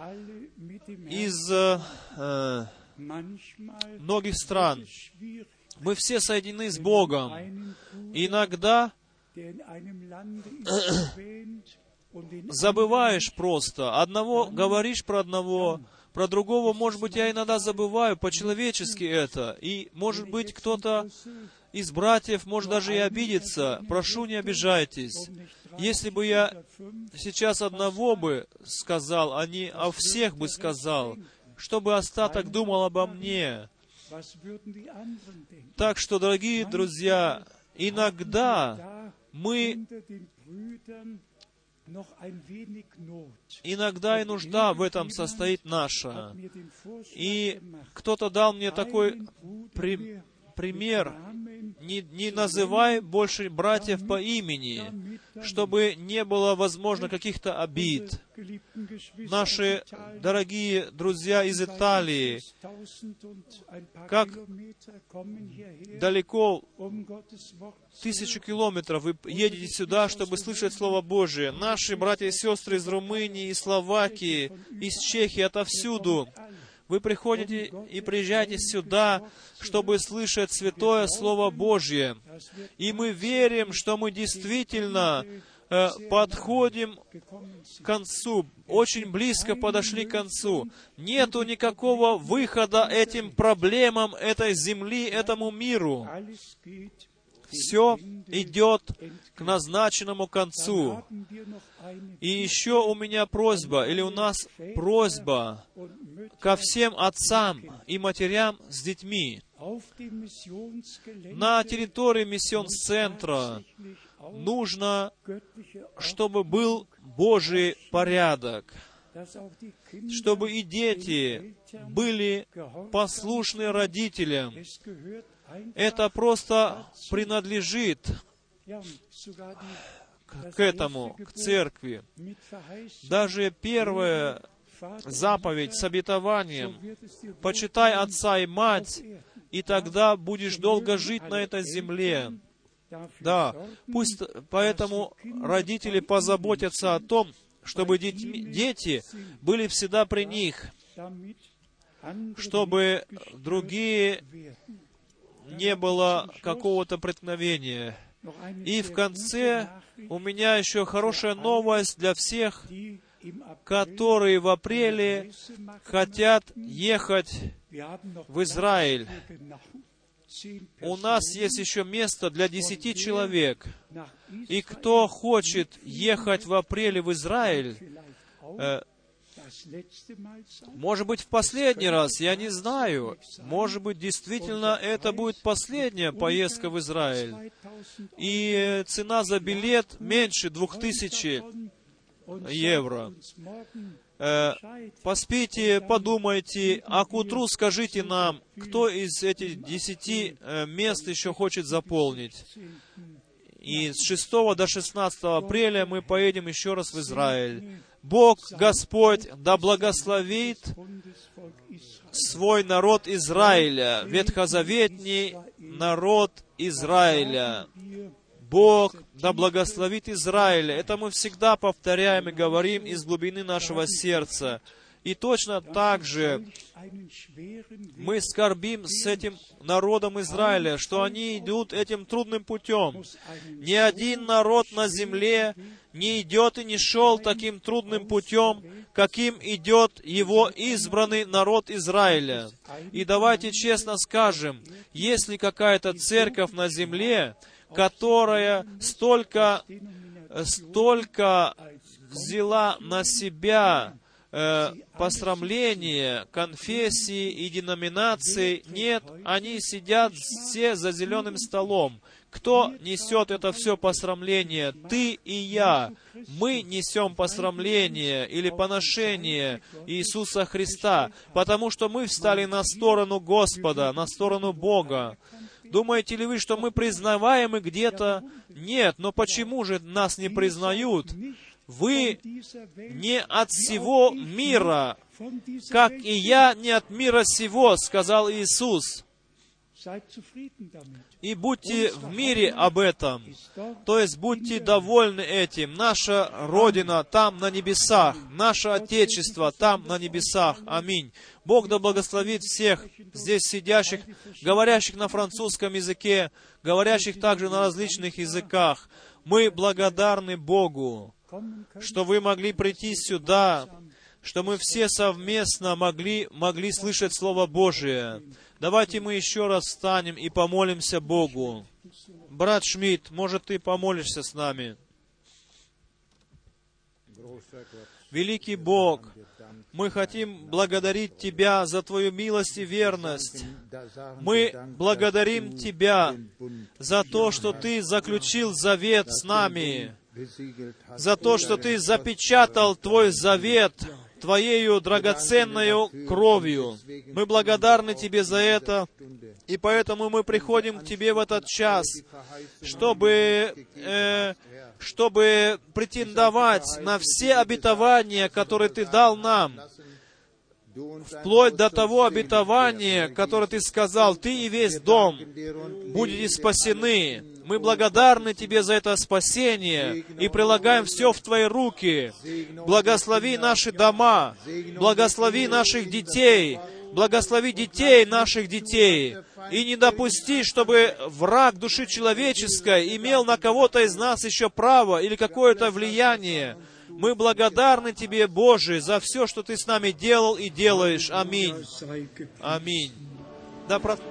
из э, многих стран. Мы все соединены с Богом. Иногда забываешь просто. Одного говоришь про одного, про другого, может быть, я иногда забываю по-человечески это. И, может быть, кто-то из братьев может даже и обидеться. Прошу, не обижайтесь. Если бы я сейчас одного бы сказал, а не о всех бы сказал, чтобы остаток думал обо мне. Так что, дорогие друзья, иногда мы... Иногда и нужда в этом состоит наша. И кто-то дал мне такой при, пример, не, не называй больше братьев по имени, чтобы не было, возможно, каких-то обид. Наши дорогие друзья из Италии, как далеко, тысячу километров, вы едете сюда, чтобы слышать Слово Божие. Наши братья и сестры из Румынии, из Словакии, из Чехии, отовсюду. Вы приходите и приезжаете сюда, чтобы слышать Святое Слово Божье. И мы верим, что мы действительно э, подходим к концу, очень близко подошли к концу. Нету никакого выхода этим проблемам этой земли, этому миру. Все идет к назначенному концу. И еще у меня просьба, или у нас просьба ко всем отцам и матерям с детьми. На территории миссион-центра нужно, чтобы был Божий порядок, чтобы и дети были послушны родителям. Это просто принадлежит к этому, к церкви. Даже первая заповедь с обетованием: «Почитай отца и мать, и тогда будешь долго жить на этой земле». Да, пусть поэтому родители позаботятся о том, чтобы детьми, дети были всегда при них, чтобы другие не было какого-то преткновения. И в конце у меня еще хорошая новость для всех, которые в апреле хотят ехать в Израиль. У нас есть еще место для десяти человек. И кто хочет ехать в апреле в Израиль, э, может быть, в последний раз, я не знаю. Может быть, действительно, это будет последняя поездка в Израиль. И цена за билет меньше двух тысяч евро. Э, поспите, подумайте, а к утру скажите нам, кто из этих десяти э, мест еще хочет заполнить. И с шестого до шестнадцатого апреля мы поедем еще раз в Израиль. Бог, Господь, да благословит свой народ Израиля, ветхозаветний народ Израиля. Бог, да благословит Израиля. Это мы всегда повторяем и говорим из глубины нашего сердца. И точно так же мы скорбим с этим народом Израиля, что они идут этим трудным путем. Ни один народ на земле не идет и не шел таким трудным путем, каким идет его избранный народ Израиля. И давайте честно скажем, если какая-то церковь на земле, которая столько, столько взяла на себя э, посрамление конфессии и деноминаций, нет, они сидят все за зеленым столом. Кто несет это все посрамление? Ты и я. Мы несем посрамление или поношение Иисуса Христа, потому что мы встали на сторону Господа, на сторону Бога. Думаете ли вы, что мы признаваемы где-то? Нет, но почему же нас не признают? Вы не от всего мира, как и я не от мира сего, сказал Иисус. И будьте в мире об этом. То есть будьте довольны этим. Наша Родина там на небесах. Наше Отечество там на небесах. Аминь. Бог да благословит всех здесь сидящих, говорящих на французском языке, говорящих также на различных языках. Мы благодарны Богу, что вы могли прийти сюда, что мы все совместно могли, могли слышать Слово Божие. Давайте мы еще раз встанем и помолимся Богу. Брат Шмидт, может, ты помолишься с нами? Великий Бог, мы хотим благодарить Тебя за Твою милость и верность. Мы благодарим Тебя за то, что Ты заключил завет с нами, за то, что Ты запечатал Твой завет Твоею драгоценною кровью. Мы благодарны Тебе за это И поэтому мы приходим к Тебе в этот час, чтобы, э, чтобы претендовать на все обетования, которые Ты дал нам, вплоть до того обетования, которое Ты сказал, Ты и весь дом будете спасены. Мы благодарны Тебе за это спасение и прилагаем все в Твои руки. Благослови наши дома, благослови наших детей, благослови детей наших детей. И не допусти, чтобы враг души человеческой имел на кого-то из нас еще право или какое-то влияние. Мы благодарны Тебе, Боже, за все, что Ты с нами делал и делаешь. Аминь. Аминь. Да, про...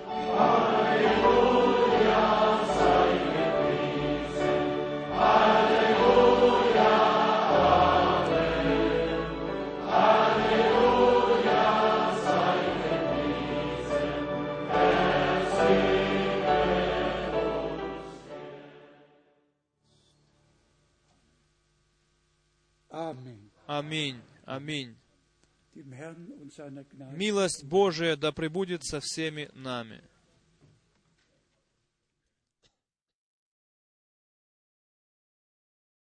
Аминь. Аминь. Милость Божия да пребудет со всеми нами.